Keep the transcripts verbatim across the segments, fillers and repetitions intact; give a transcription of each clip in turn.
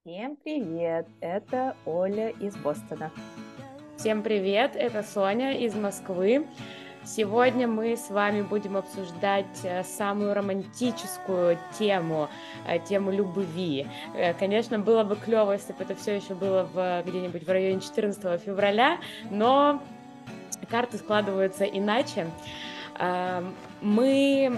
Всем привет! Это Оля из Бостона. Всем привет! Это Соня из Москвы. Сегодня мы с вами будем обсуждать самую романтическую тему, тему любви. Конечно, было бы клево, если бы это все еще было в, где-нибудь в районе четырнадцатого февраля, но карты складываются иначе. Мы...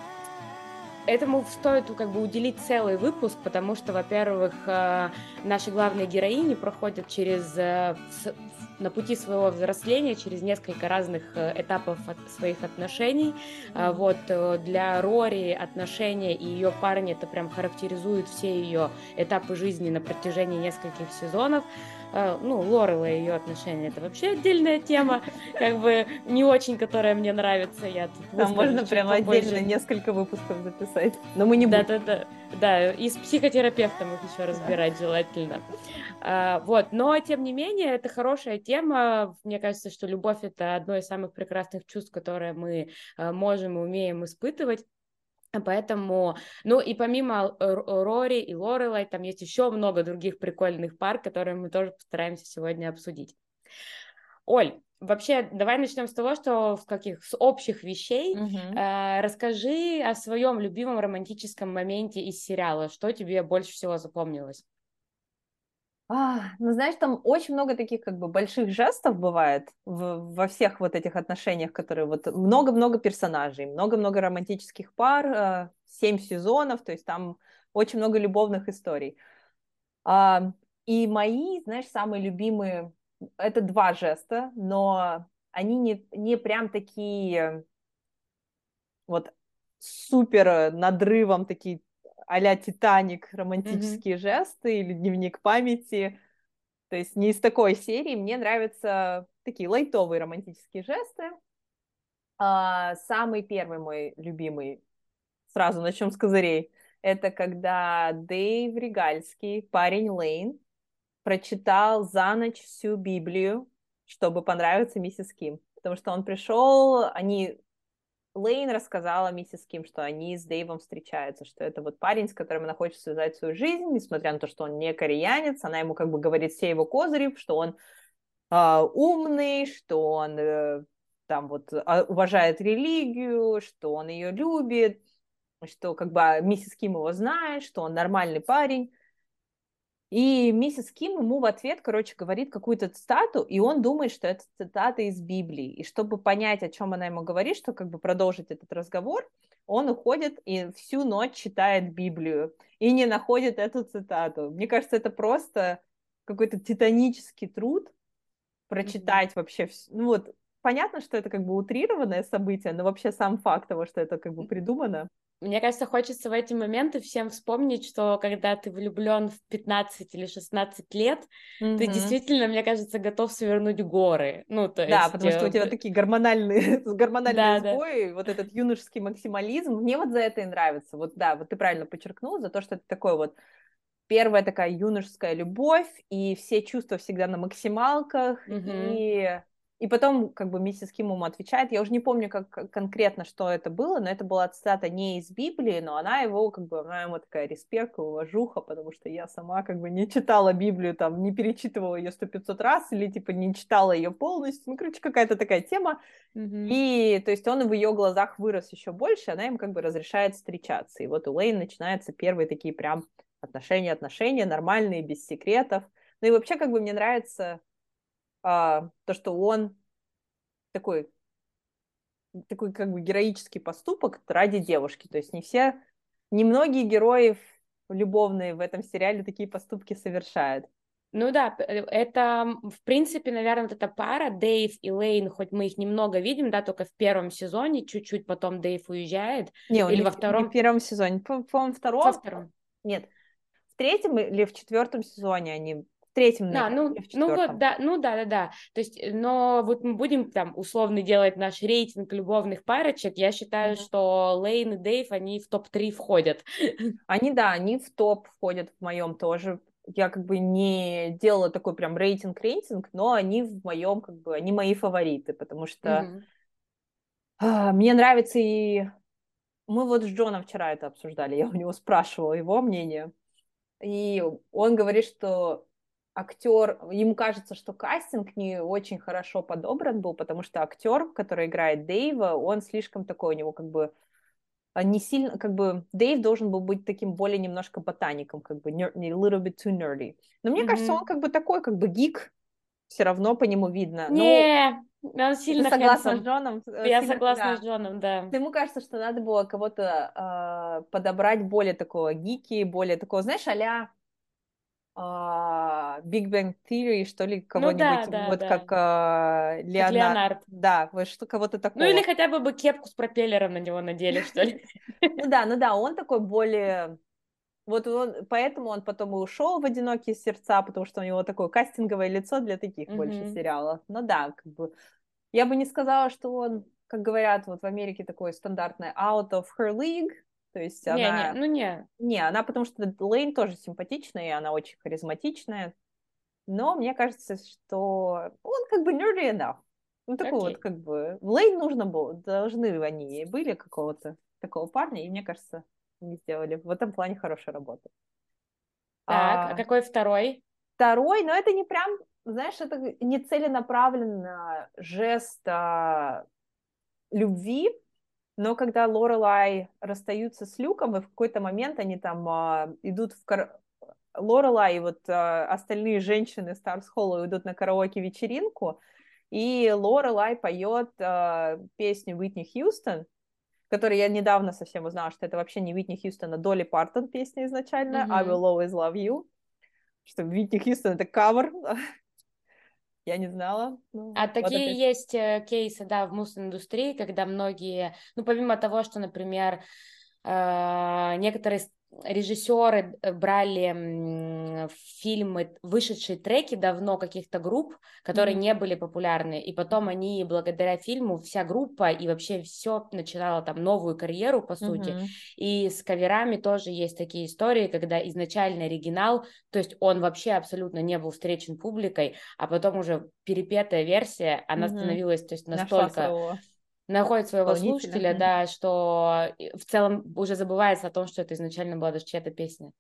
Этому стоит как бы уделить целый выпуск, потому что, во-первых, наши главные героини проходят через, на пути своего взросления через несколько разных этапов своих отношений. Mm-hmm. Вот для Рори отношения и ее парня это прям характеризует все ее этапы жизни на протяжении нескольких сезонов. Ну, Лорелай и ее отношения — это вообще отдельная тема, как бы не очень, которая мне нравится. Я тут Там можно прям отдельно несколько выпусков записать, но мы не да, будем. Да, да, да, и с психотерапевтом их еще разбирать да. желательно. А, вот, но, тем не менее, это хорошая тема. Мне кажется, что любовь — это одно из самых прекрасных чувств, которые мы можем и умеем испытывать. Поэтому, ну и помимо Рори и Лорелай, там есть еще много других прикольных пар, которые мы тоже постараемся сегодня обсудить. Оль, вообще, давай начнем с того, что в каких с общих вещей. Uh-huh. Э, расскажи о своем любимом романтическом моменте из сериала. Что тебе больше всего запомнилось? А, ну, знаешь, там очень много таких как бы больших жестов бывает в, во всех вот этих отношениях, которые вот много-много персонажей, много-много романтических пар, семь сезонов, то есть там очень много любовных историй. А, и мои, знаешь, самые любимые, это два жеста, но они не, не прям такие вот супер надрывом, такие а-ля Титаник романтические mm-hmm. жесты или дневник памяти. То есть не из такой серии. Мне нравятся такие лайтовые романтические жесты. А, самый первый мой любимый, сразу начнем с козырей, это когда Дэйв Ригальский, парень Лейн, прочитал за ночь всю Библию, чтобы понравиться миссис Ким. Потому что он пришел, они... Лейн рассказала миссис Ким, что они с Дэйвом встречаются, что это вот парень, с которым она хочет связать свою жизнь, несмотря на то, что он не кореянец, она ему как бы говорит все его козыри, что он э, умный, что он э, там вот уважает религию, что он ее любит, что как бы миссис Ким его знает, что он нормальный парень. И миссис Ким ему в ответ, короче, говорит какую-то цитату, и он думает, что это цитата из Библии. И чтобы понять, о чем она ему говорит, что как бы продолжить этот разговор, он уходит и всю ночь читает Библию и не находит эту цитату. Мне кажется, это просто какой-то титанический труд прочитать mm-hmm. вообще. Ну вот, понятно, что это как бы утрированное событие, но вообще сам факт того, что это как бы придумано. Мне кажется, хочется в эти моменты всем вспомнить, что когда ты влюблен в пятнадцать или шестнадцать лет, mm-hmm. ты действительно, мне кажется, готов свернуть горы. Ну, то да, есть... потому что у тебя такие гормональные, гормональные да, сбои, да. вот этот юношеский максимализм. Мне вот за это и нравится. Вот да, вот ты правильно подчеркнул, за то, что это такой вот первая такая юношеская любовь, и все чувства всегда на максималках, mm-hmm. и... И потом, как бы, миссис Ким ему отвечает, я уже не помню как конкретно, что это было, но это была цитата не из Библии, но она его, как бы, она ему такая респект, уважуха, потому что я сама, как бы, не читала Библию, там, не перечитывала ее сто пятьсот раз, или, типа, не читала ее полностью, ну, короче, какая-то такая тема, mm-hmm. и, то есть, он в ее глазах вырос еще больше, она им, как бы, разрешает встречаться, и вот у Лейн начинаются первые такие прям отношения-отношения, нормальные, без секретов, ну, и вообще, как бы, мне нравится А, то, что он такой, такой как бы героический поступок ради девушки. То есть не все, не многие герои любовные в этом сериале такие поступки совершают. Ну да, это, в принципе, наверное, вот эта пара, Дэйв и Лейн, хоть мы их немного видим, да, только в первом сезоне, чуть-чуть потом Дэйв уезжает. Не, или не, во в, втором... не в первом сезоне, по-моему, втором. Во втором. Нет, в третьем или в четвертом сезоне они... В третьем, да, наверное, ну, или в ну четвертом. вот, да, ну да, да, да. То есть, но вот мы будем там условно делать наш рейтинг любовных парочек. Я считаю, mm-hmm. что Лейн и Дэйв, они в топ три входят. Они, да, они в топ входят в моем тоже. Я как бы не делала такой прям рейтинг-рейтинг, но они в моем, как бы, они мои фавориты, потому что mm-hmm. а, мне нравится и... Мы вот с Джоном вчера это обсуждали, я у него спрашивала его мнение. и он говорит, что актер, ему кажется, что кастинг не очень хорошо подобран был, потому что актер, который играет Дэйва, он слишком такой, у него как бы не сильно, как бы Дэйв должен был быть таким более немножко ботаником, как бы a little bit too nerdy. Но мне кажется, он Мгм. как бы такой, как бы гик, все равно по нему видно. Ну, Не, он ты сильно согласна с handsome. Джоном? Э, Я Сильно, согласна с да. Джоном, да. Ему кажется, что надо было кого-то э, подобрать более такого гики, более такого, знаешь, а-ля а, Big Bang Theory, что ли, Ну да, кого-нибудь, да, вот да. как а, Как Леонард. Леонард. Да, вот что кого-то Ну или такого. хотя бы бы кепку с пропеллером на него надели, что ли. Ну да, ну да, он такой более... Вот он, поэтому он потом и ушел в «Одинокие сердца», потому что у него такое кастинговое лицо для таких больше Мгм. сериалов. Ну да, как бы... Я бы не сказала, что он, как говорят вот в Америке, такой стандартный out of her league. То есть Не, не, она... ну не. Не, она потому что Лейн тоже симпатичная, и она очень харизматичная. Но мне кажется, что он как бы nerdy enough. Ну, такой вот Окей. как бы... Лейн нужно было, должны они были какого-то такого парня, и мне кажется, они сделали в этом плане хорошую работу. Так, а А какой второй? второй, но это не прям, знаешь, это не целенаправленно жест а, любви, но когда Лорелай расстаются с Люком, и в какой-то момент они там а, идут в... Кар... Лорелай и вот а, остальные женщины Старс Холла идут на караоке-вечеринку, и Лорелай поет а, песню Уитни Хьюстон, которую я недавно совсем узнала, что это вообще не Уитни Хьюстон, а Долли Партон песня изначально, I Will Мгм. Always Love You, что Уитни Хьюстон это кавер, я не знала. Ну, А вот такие опять. есть э, кейсы, да, в мус-индустрии, когда многие, ну, помимо того, что, например, э, некоторые с- режиссеры э, брали м, в фильмы вышедшие треки давно каких-то групп, которые Мгм. не были популярны, и потом они, благодаря фильму, вся группа и вообще все начинала там новую карьеру, по сути. Мгм. И с каверами тоже есть такие истории, когда изначально оригинал, то есть он вообще абсолютно не был встречен публикой, а потом уже перепетая версия, она Мгм. становилась, то есть Нашла настолько своего находит своего исполнителя. слушателя, Мгм. да, что в целом уже забывается о том, что это изначально была даже чья-то песня.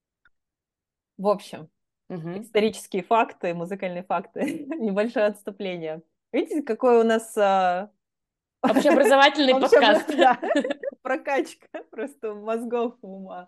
В общем, Мгм. исторические факты, музыкальные факты, небольшое отступление. Видите, какой у нас а, Общеобразовательный вообще, подкаст. да, прокачка просто мозгов ума.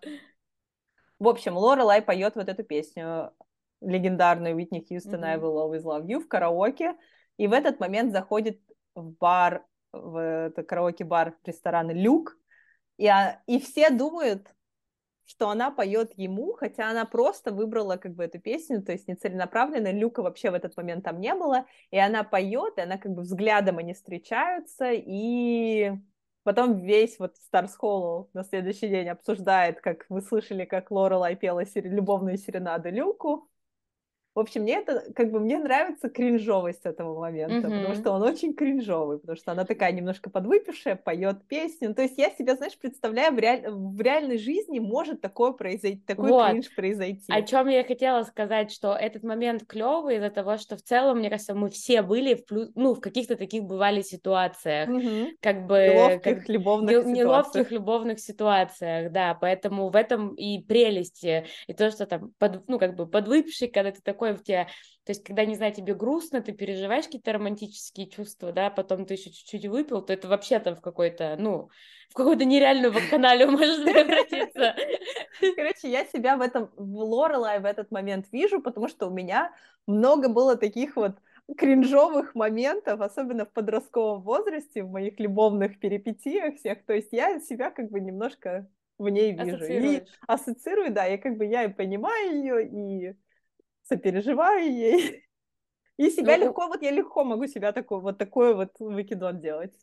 В общем, Лорелай поет вот эту песню легендарную Уитни Хьюстон I Мгм. Will Always Love You в караоке, и в этот момент заходит в бар, в это караоке-бар ресторана Люк, и, а, и все думают, что она поет ему, хотя она просто выбрала как бы эту песню, то есть нецеленаправленно, Люка вообще в этот момент там не было, и она поет, и она как бы взглядом они встречаются, и потом весь вот Старс Холл на следующий день обсуждает, как вы слышали, как Лорелай пела сер... любовную серенаду Люку. В общем, мне это, как бы, мне нравится кринжовость этого момента, потому что Мгм. он очень кринжовый, потому что она такая немножко подвыпившая, поет песню. Ну, то есть я себя, знаешь, представляю, в, реаль... в реальной жизни может такое произойти, такой Вот. кринж О произойти. чем я хотела сказать, что этот момент клевый из-за того, что в целом, мне кажется, мы все были в плюс, ну, в каких-то таких бывали ситуациях, Мгм. как бы как Неловких любовных не- ситуациях. неловких любовных ситуациях, да, поэтому в этом и прелести, и то, что там, под, ну, как бы подвыпивший, когда ты такой в тебя, то есть, когда, не знаю, тебе грустно, ты переживаешь какие-то романтические чувства, да, потом ты еще чуть-чуть выпил, то это вообще там в какой-то, ну, в какую-то нереальную вакханалию может превратиться. Короче, я себя в этом, в Лорелай в этот момент вижу, потому что у меня много было таких вот кринжовых моментов, особенно в подростковом возрасте, в моих любовных перипетиях всех. То есть я себя как бы немножко в ней вижу. И Ассоциируешь. ассоциирую, да, я как бы я и понимаю ее, и сопереживаю ей. И Ну, себя у, легко, вот я легко могу себя такой, вот такой вот выкидон делать.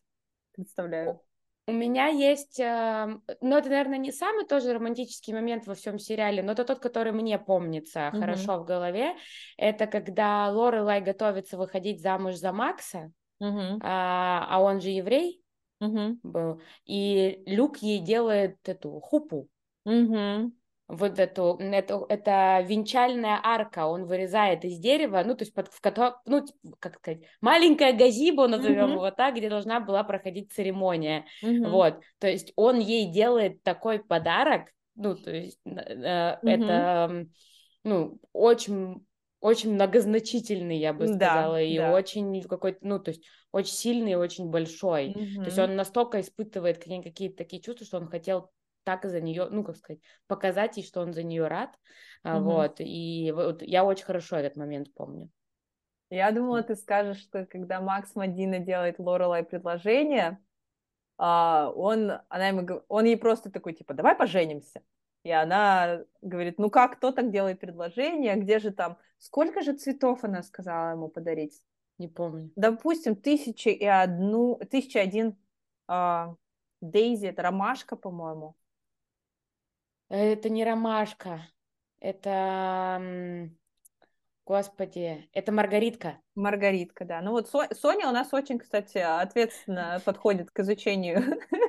у Представляю. у меня есть, э, ну, это, наверное, не самый тоже романтический момент во всем сериале, но это тот, который мне помнится Мгм. хорошо в голове. Это когда Лорелай готовится выходить замуж за Макса, Мгм. а, а он же еврей Мгм. был, и Люк ей делает эту хупу. Мгм. Вот эту, это, это венчальная арка, он вырезает из дерева, ну, то есть, под, в кото, ну, типа, как сказать, маленькая газибо, назовем Мгм. его так, где должна была проходить церемония, Мгм. вот, то есть он ей делает такой подарок, ну, то есть э, Мгм. это, ну, очень, очень многозначительный, я бы Да, сказала, и да. очень какой-то, ну, то есть очень сильный и очень большой. То есть Мгм. он настолько испытывает какие- какие-то такие чувства, что он хотел так за нее, ну, как сказать, показать ей, что он за нее рад, а, Мгм. вот, и вот я очень хорошо этот момент помню. Я думала, ты скажешь, что когда Макс Мадина делает Лорелай предложение, а, он, она ему, гов- он ей просто такой, типа, давай поженимся. И она говорит, ну как, кто так делает предложение, где же там, сколько же цветов она сказала ему подарить? Не помню. Допустим, тысяча и одну, тысяча один а, Дейзи, это ромашка, по-моему. Это не ромашка, это, м, господи, это маргаритка. Маргаритка, да. Ну вот Со- Соня у нас очень, кстати, ответственно подходит к изучению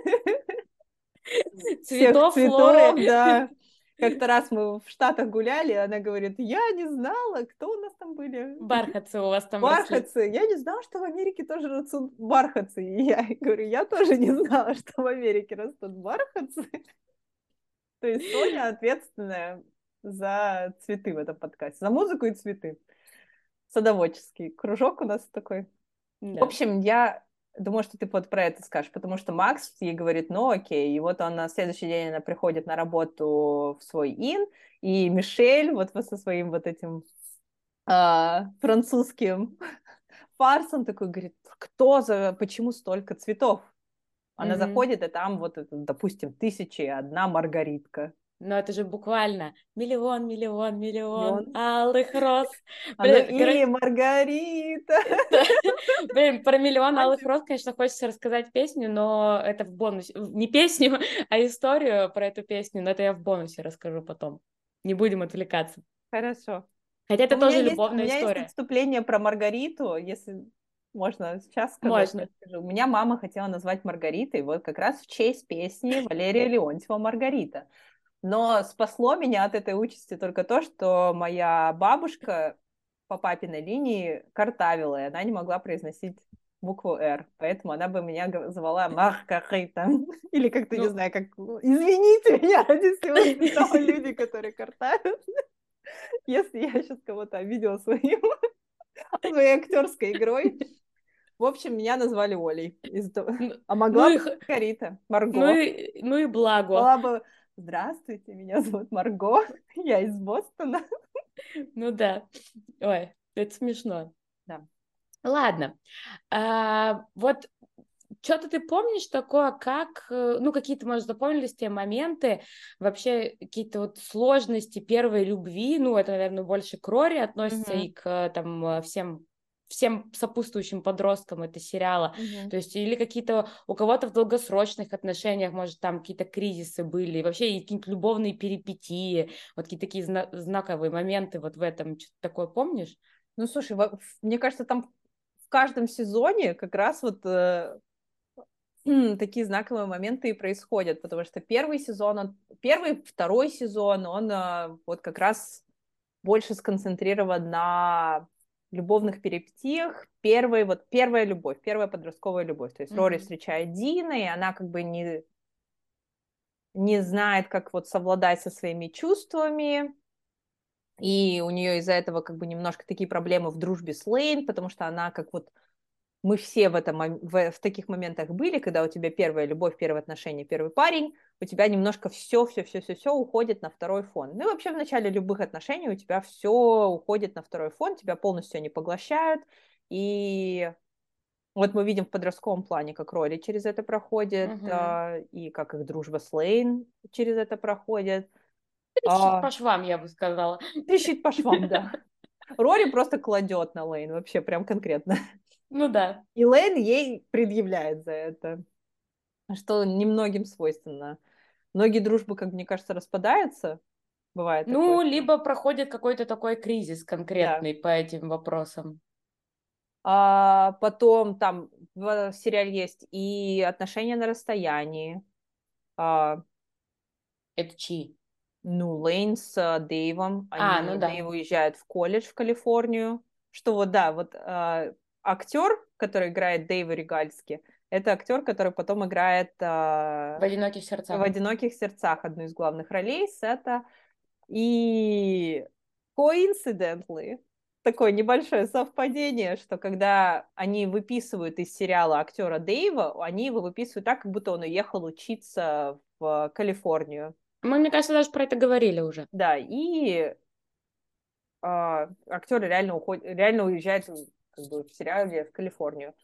всех Цветов, флоры, цветов, да. Как-то раз мы в Штатах гуляли, и она говорит, я не знала, кто у нас там были, какие бархатцы у вас там росли. бархатцы. Я не знала, что в Америке тоже растут бархатцы. И я говорю, я тоже не знала, что в Америке растут бархатцы. То есть Соня ответственная за цветы в этом подкасте, за музыку и цветы. Садоводческий кружок у нас такой. В Да. общем, я думаю, что ты вот про это скажешь, потому что Макс ей говорит, ну окей, и вот он на следующий день она приходит на работу в свой ин, и Мишель вот со своим вот этим а, французским фарсом такой говорит, кто за, почему столько цветов? Она Мгм. заходит, и там вот, это, допустим, тысяча и одна маргаритка. Но это же буквально миллион, миллион, И миллион он, алых роз. а ну Блин, и короче, Маргарита. это... Блин, про миллион алых роз, конечно, хочется рассказать песню, но это в бонусе. Не песню, а историю про эту песню, но это я в бонусе расскажу потом. Не будем отвлекаться. Хорошо. Хотя У это меня тоже есть, у любовная меня есть история. отступление про Маргариту, если можно сейчас сказать, я Можно. скажу. У меня мама хотела назвать Маргаритой, вот как раз в честь песни Валерия Леонтьева «Маргарита». Но спасло меня от этой участи только то, что моя бабушка по папиной линии картавила, и она не могла произносить букву «Р», поэтому она бы меня г- звала Маргарита. Или как-то, не Ну, знаю, как... Извините меня ради всего святого, люди, которые картавят, если я сейчас кого-то обидела своим своей актерской игрой. В общем, меня назвали Олей. Из ну, А ну могла и, быть х- Маргарита, ну Марго. и, ну и благо. Была бы «Здравствуйте, меня зовут Марго, я из Бостона». Ну да. Ой, это смешно. Да. Ладно. А, вот что-то ты помнишь такое, как, э, ну, какие-то, может, запомнились те моменты, вообще какие-то вот сложности первой любви, ну, это, наверное, больше к Рори относится Мгм. и к э, там э, всем всем сопутствующим подросткам это сериала, Мгм. то есть или какие-то у кого-то в долгосрочных отношениях, может, там какие-то кризисы были, и вообще и какие-то любовные перипетии, вот какие-то такие зна- знаковые моменты вот в этом, что-то такое помнишь? Ну, слушай, во- в- мне кажется, там в каждом сезоне как раз вот э, такие знаковые моменты и происходят, потому что первый сезон, он, первый, второй сезон, он э, вот как раз больше сконцентрирован на любовных перипетиях. Первый, вот первая любовь, первая подростковая любовь. То есть Рори Мгм. встречает Дина, и она как бы не, не знает, как вот совладать со своими чувствами. И у нее из-за этого как бы немножко такие проблемы в дружбе с Лейн, потому что она как вот мы все в, этом, в, в таких моментах были, когда у тебя первая любовь, первые отношения, первый парень, у тебя немножко все, все, все, все, все уходит на второй фон. Ну и вообще в начале любых отношений у тебя все уходит на второй фон, тебя полностью они поглощают. И вот мы видим в подростковом плане, как Рори через это проходит, Мгм. а, и как их дружба с Лейн через это проходит. Трещит А, по швам, я бы сказала. Трещит по швам, да. Рори просто кладет на Лейн, вообще прям конкретно. Ну да. И Лейн ей предъявляет за это, что немногим свойственно. Многие дружбы, как мне кажется, распадаются. Бывает такое, Ну, что... либо проходит какой-то такой кризис Да. конкретный по этим вопросам. А потом там в сериале есть и отношения на расстоянии. А, Это чьи? ну, Лейн с а, Дэйвом. А, ну Они, да. Дэйв уезжает в колледж в Калифорнию. Что вот, да, вот а, актер, который играет Дэйва Регальски, Это актер, который потом играет э, В «Одиноких в сердцах». «Одиноких сердцах» одну из главных ролей, Сета. И coincidentally, такое небольшое совпадение, что когда они выписывают из сериала актера Дэйва, они его выписывают так, как будто он уехал учиться в Калифорнию. Мы, мне кажется, даже про это говорили уже. Да, и а, актеры реально, уходят, реально уезжают как бы, в сериале в Калифорнию.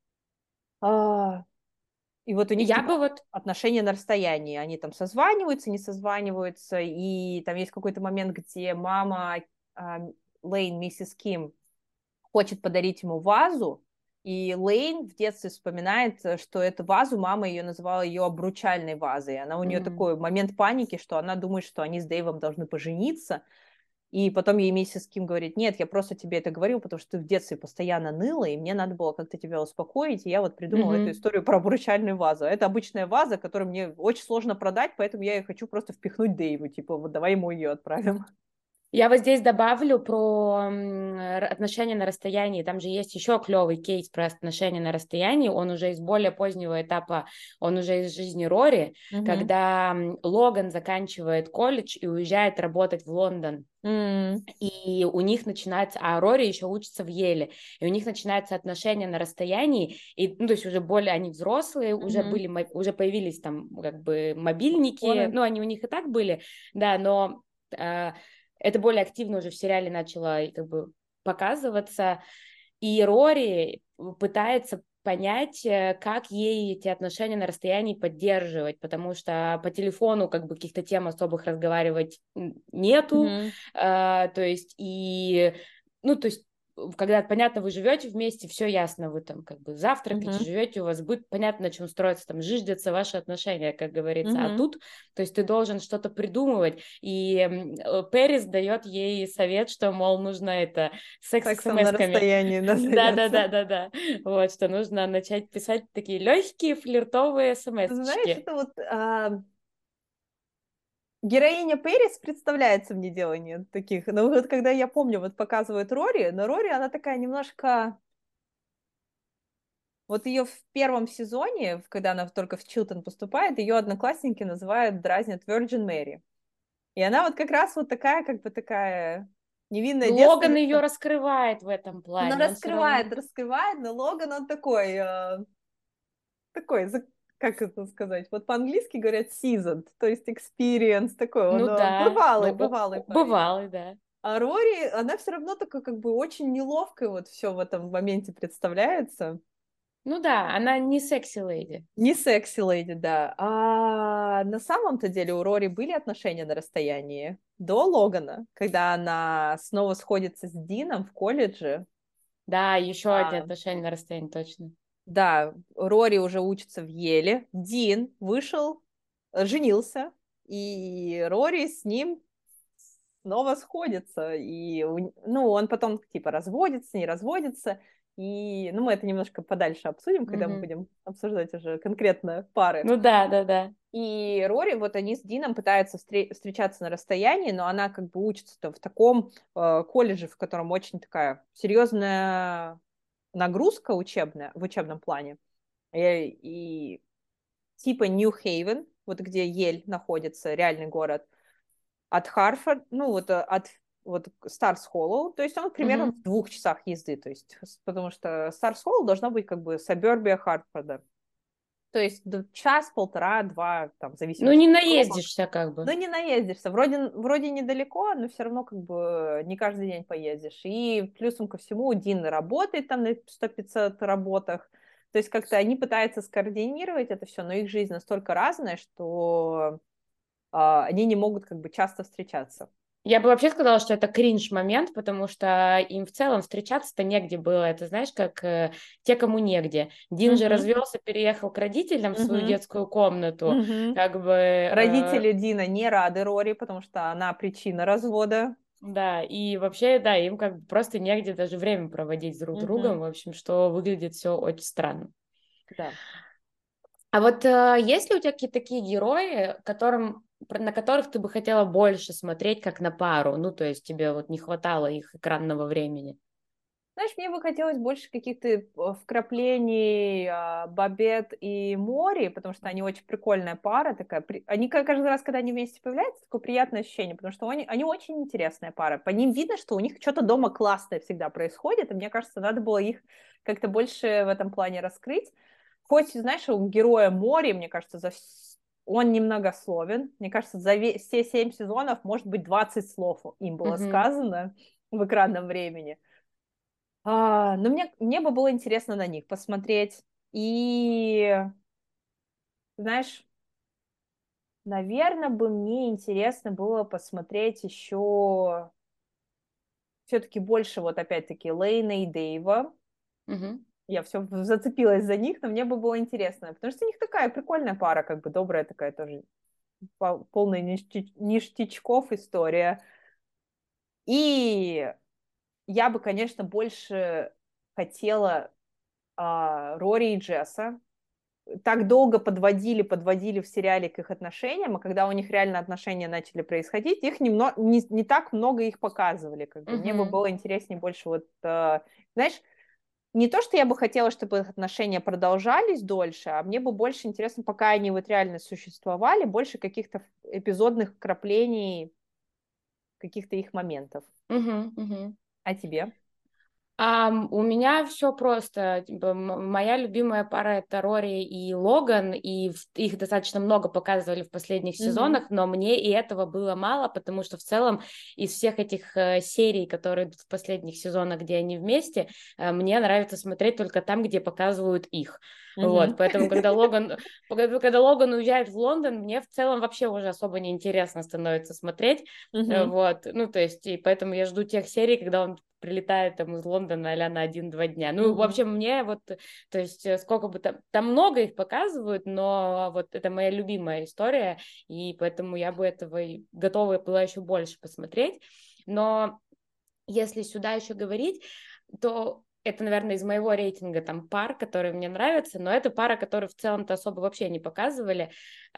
А, и вот у них Я бы типа вот... отношения на расстоянии. Они там созваниваются, не созваниваются, и там есть какой-то момент, где мама а, Лейн, миссис Ким, хочет подарить ему вазу, и Лейн в детстве вспоминает, что эту вазу, мама ее называла ее обручальной вазой. Она у нее м, такой момент паники, что она думает, что они с Дэйвом должны пожениться. И потом ей миссис Ким говорит: нет, я просто тебе это говорил, потому что ты в детстве постоянно ныла, и мне надо было как-то тебя успокоить, и я вот придумала эту мгм. историю про обручальную вазу. Это обычная ваза, которую мне очень сложно продать, поэтому я ее хочу просто впихнуть Дэйву, типа, вот давай ему ее отправим. Я вот здесь добавлю про м, р- отношения на расстоянии. Там же есть еще клевый кейс про отношения на расстоянии. Он уже из более позднего этапа, он уже из жизни Рори, Мгм. когда м, Логан заканчивает колледж и уезжает работать в Лондон. М, И у них начинается, а Рори еще учится в Еле, и у них начинаются отношения на расстоянии, и, ну, то есть уже более они взрослые, уже мгм. были, мо- уже появились там как бы мобильники, Телефоны. ну, они у них и так были, да, но э, это более активно уже в сериале начало как бы показываться, и Рори пытается понять, э, как ей эти отношения на расстоянии поддерживать, потому что по телефону как бы каких-то тем особых разговаривать м, нету, Мгм. а, то есть и, ну, то есть когда, понятно, вы живете вместе, все ясно, вы там как бы завтракаете, Мгм. живете, у вас быт, понятно, на чем строятся, там, жиждятся ваши отношения, как говорится, а Мгм. тут, то есть ты должен что-то придумывать, и м, э, Пэрис дает ей совет, что, мол, нужно это секс Сексом на смс-ками, расстоянии назовется. да-да-да-да-да, вот, что нужно начать писать такие легкие флиртовые Знаешь, смс-очки. это вот а, героиня Пэрис представляется мне делание таких. Но вот когда я помню, вот показывают Рори, но Рори, она такая немножко... Вот ее в первом сезоне, когда она только в Чилтон поступает, ее одноклассники называют, дразнят Virgin Mary. И она вот как раз вот такая, как бы такая невинная Логан ее девственница. раскрывает в этом Она плане, он все равно... раскрывает, раскрывает, но Логан, он такой, э, такой, за- как это сказать, вот по-английски говорят seasoned, то есть experience, такой, он Ну э, да, бывалый, ну о- бывалый о- парень. бывалый, да. А Рори, она все равно такой, как бы, очень неловко вот все в этом моменте представляется. Ну да, она не секси-леди. Не секси-леди, да. А на самом-то деле у Рори были отношения на расстоянии до Логана, когда она снова сходится с Дином в колледже. Да, еще одни А, отношения на расстоянии, точно. да, Рори уже учится в Еле. Дин вышел, э, женился, и Рори с ним снова сходится. И, у- ну, он потом, типа, разводится, не разводится. И, ну, мы это немножко подальше обсудим, когда мы Мгм. будем обсуждать уже конкретно пары. Ну да, да, да. И Рори, вот они с Дином пытаются встре- встречаться на расстоянии, но она как бы учится в таком э, колледже, в котором очень такая серьезная нагрузка учебная, в учебном плане. И, и типа Нью-Хейвен, вот где Ель находится, реальный город, от Харфорд, ну вот э, от вот Старс Холлоу, то есть он примерно Мгм. в двух часах езды, то есть, потому что Старс Холлоу должна быть как бы сабербия Хартфорда. То есть д- час, полтора, два, там, в Ну зависимости не от пробок. наездишься как бы. Ну, не наездишься. Вроде, вроде недалеко, но все равно как бы не каждый день поездишь. И плюсом ко всему Дин работает там на сто-пятьсот работах. То есть как-то они пытаются скоординировать это все, но их жизнь настолько разная, что а, они не могут как бы часто встречаться. Я бы вообще сказала, что это кринж-момент, потому что им в целом встречаться-то негде было. Это знаешь, как э, те, кому негде. Дин же Мгм. развелся, переехал к родителям в свою Мгм. детскую комнату. Мгм. Как бы, э, Родители Дина не рады Рори, потому что она причина развода. да, и вообще, да, им как бы просто негде даже время проводить друг с другом, Мгм. в общем, что выглядит все очень странно. Да. А вот э, есть ли у тебя какие-то такие герои, которым, про- на которых ты бы хотела больше смотреть, как на пару? Ну, то есть тебе вот не хватало их экранного времени. Знаешь, мне бы хотелось больше каких-то э, вкраплений а, Бабет и Мори, потому что они очень прикольная пара такая. При- Они ка- каждый раз, когда они вместе появляются, такое приятное ощущение, потому что они, они очень интересная пара. По ним видно, что у них что-то дома классное всегда происходит, и мне кажется, надо было их как-то больше в этом плане раскрыть. Хоть, знаешь, у героя Мори, мне кажется, за вс- он немногословен. Мне кажется, за ве- все семь сезонов, может быть, двадцать слов им было Мгм. сказано в экранном времени. А, но мне, мне бы было интересно на них посмотреть. И, знаешь, наверное, бы мне интересно было посмотреть еще все-таки больше, вот опять-таки, Лейна и Дэйва. Мгм. Я все зацепилась за них, но мне бы было интересно, потому что у них такая прикольная пара, как бы добрая такая тоже, по- полная ништя- ништячков история. И я бы, конечно, больше хотела а, Рори и Джесса. Так долго подводили, подводили в сериале к их отношениям, а когда у них реально отношения начали происходить, их немного, не, не так много их показывали. Как бы. Мне бы Мгм. было интереснее больше вот, э, знаешь, не то, что я бы хотела, чтобы их отношения продолжались дольше, а мне бы больше интересно, пока они вот реально существовали, больше каких-то эпизодных вкраплений, каких-то их моментов. Мгм. Мгм. А тебе? А, м, у меня все просто. Типа, м- моя любимая пара это Рори и Логан, и в- их достаточно много показывали в последних Мгм. сезонах, но мне и этого было мало, потому что в целом из всех этих э, серий, которые идут в последних сезонах, где они вместе, э, мне нравится смотреть только там, где показывают их. Вот, Мгм. поэтому, когда Логан, когда когда Логан уезжает в Лондон, мне в целом вообще уже особо неинтересно становится смотреть. Э, Мгм. Вот, ну, то есть, и поэтому я жду тех серий, когда он прилетает там из Лондона а на один-два дня. Ну, в Мгм. общем, мне вот, то есть, э, сколько бы там, там много их показывают, но вот это моя любимая история, и поэтому я бы этого и готова была еще больше посмотреть. Но если сюда еще говорить, то это, наверное, из моего рейтинга там пар, которые мне нравятся, но это пара, которую в целом-то особо вообще не показывали.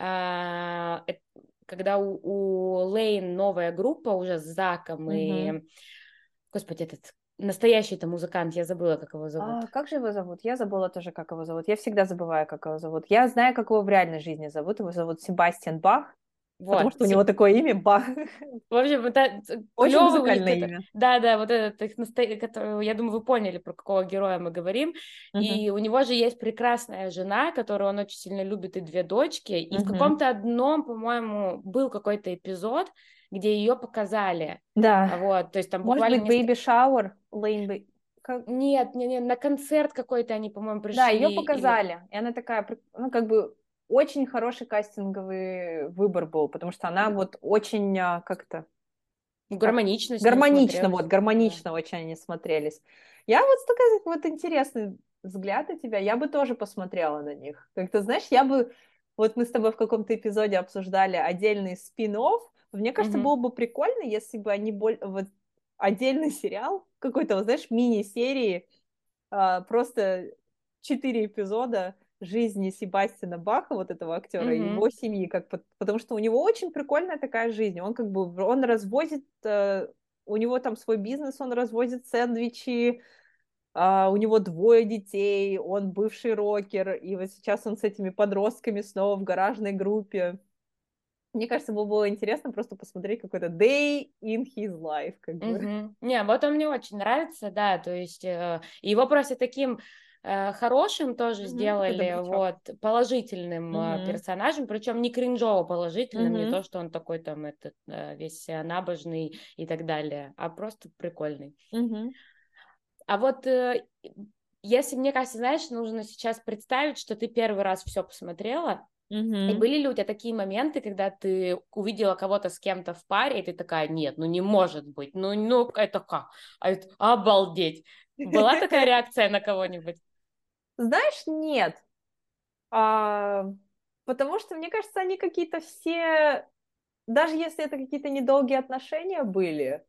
А, э, Когда у, у Лейн новая группа уже с Заком Мгм. и, господи, этот настоящий-то музыкант, я забыла, как его зовут. А как же его зовут? Я забыла тоже, как его зовут. Я всегда забываю, как его зовут. Я знаю, как его в реальной жизни зовут. Его зовут Себастьян Бах, потому Вот, что у него такое имя Бах. в общем, это Очень клевый у них, музыкальное это, имя. да, да, вот этот их настоящий, который, я думаю, вы поняли, про какого героя мы говорим. Мгм. И у него же есть прекрасная жена, которую он очень сильно любит, и две дочки. И в Мгм. каком-то одном, по-моему, был какой-то эпизод, где ее показали. Да. А Вот, то есть там Может буквально быть, несколько... Baby Shower, Lane Ba- как- Нет, не, не, на концерт какой-то они, по-моему, Да, ее пришли, или показали. И она такая, прик- ну, как бы очень хороший кастинговый выбор был, потому что она вот очень а, как-то как гармонично с ним гармонично, вот, смотрелась. Да. гармонично очень они смотрелись. Я вот такая, вот интересный взгляд у тебя, я бы тоже посмотрела на них. Как-то, знаешь, я бы, вот мы с тобой в каком-то эпизоде обсуждали отдельный спин-офф, мне кажется, Мгм. было бы прикольно, если бы они боль... вот отдельный сериал, какой-то, вот, знаешь, мини-серии, а, просто четыре эпизода жизни Себастьяна Баха, вот этого актера, и Мгм. его семьи, как, по- потому что у него очень прикольная такая жизнь. Он как бы, он развозит, э, у него там свой бизнес, он развозит сэндвичи, а, у него двое детей, он бывший рокер, и вот сейчас он с этими подростками снова в гаражной группе. Мне кажется, было бы интересно просто посмотреть какой-то day in his life, как бы. Мгм. Не, вот он мне очень нравится, да, то есть э, его просто таким э, хорошим тоже Мгм, такой сделали, добрячок. вот, положительным э, Мгм, персонажем, причем не кринжово положительным, не мгм, то, что он такой там этот э, весь э, набожный и так далее, а просто прикольный. мгм, А вот э, если, мне кажется, знаешь, нужно сейчас представить, что ты первый раз все посмотрела, и мгм. были ли у тебя такие моменты, когда ты увидела кого-то с кем-то в паре, и ты такая, нет, ну не может быть, ну, ну это как? А это, обалдеть. Была такая реакция на кого-нибудь? Знаешь, нет. А, потому что, мне кажется, они какие-то все, даже если это какие-то недолгие отношения были,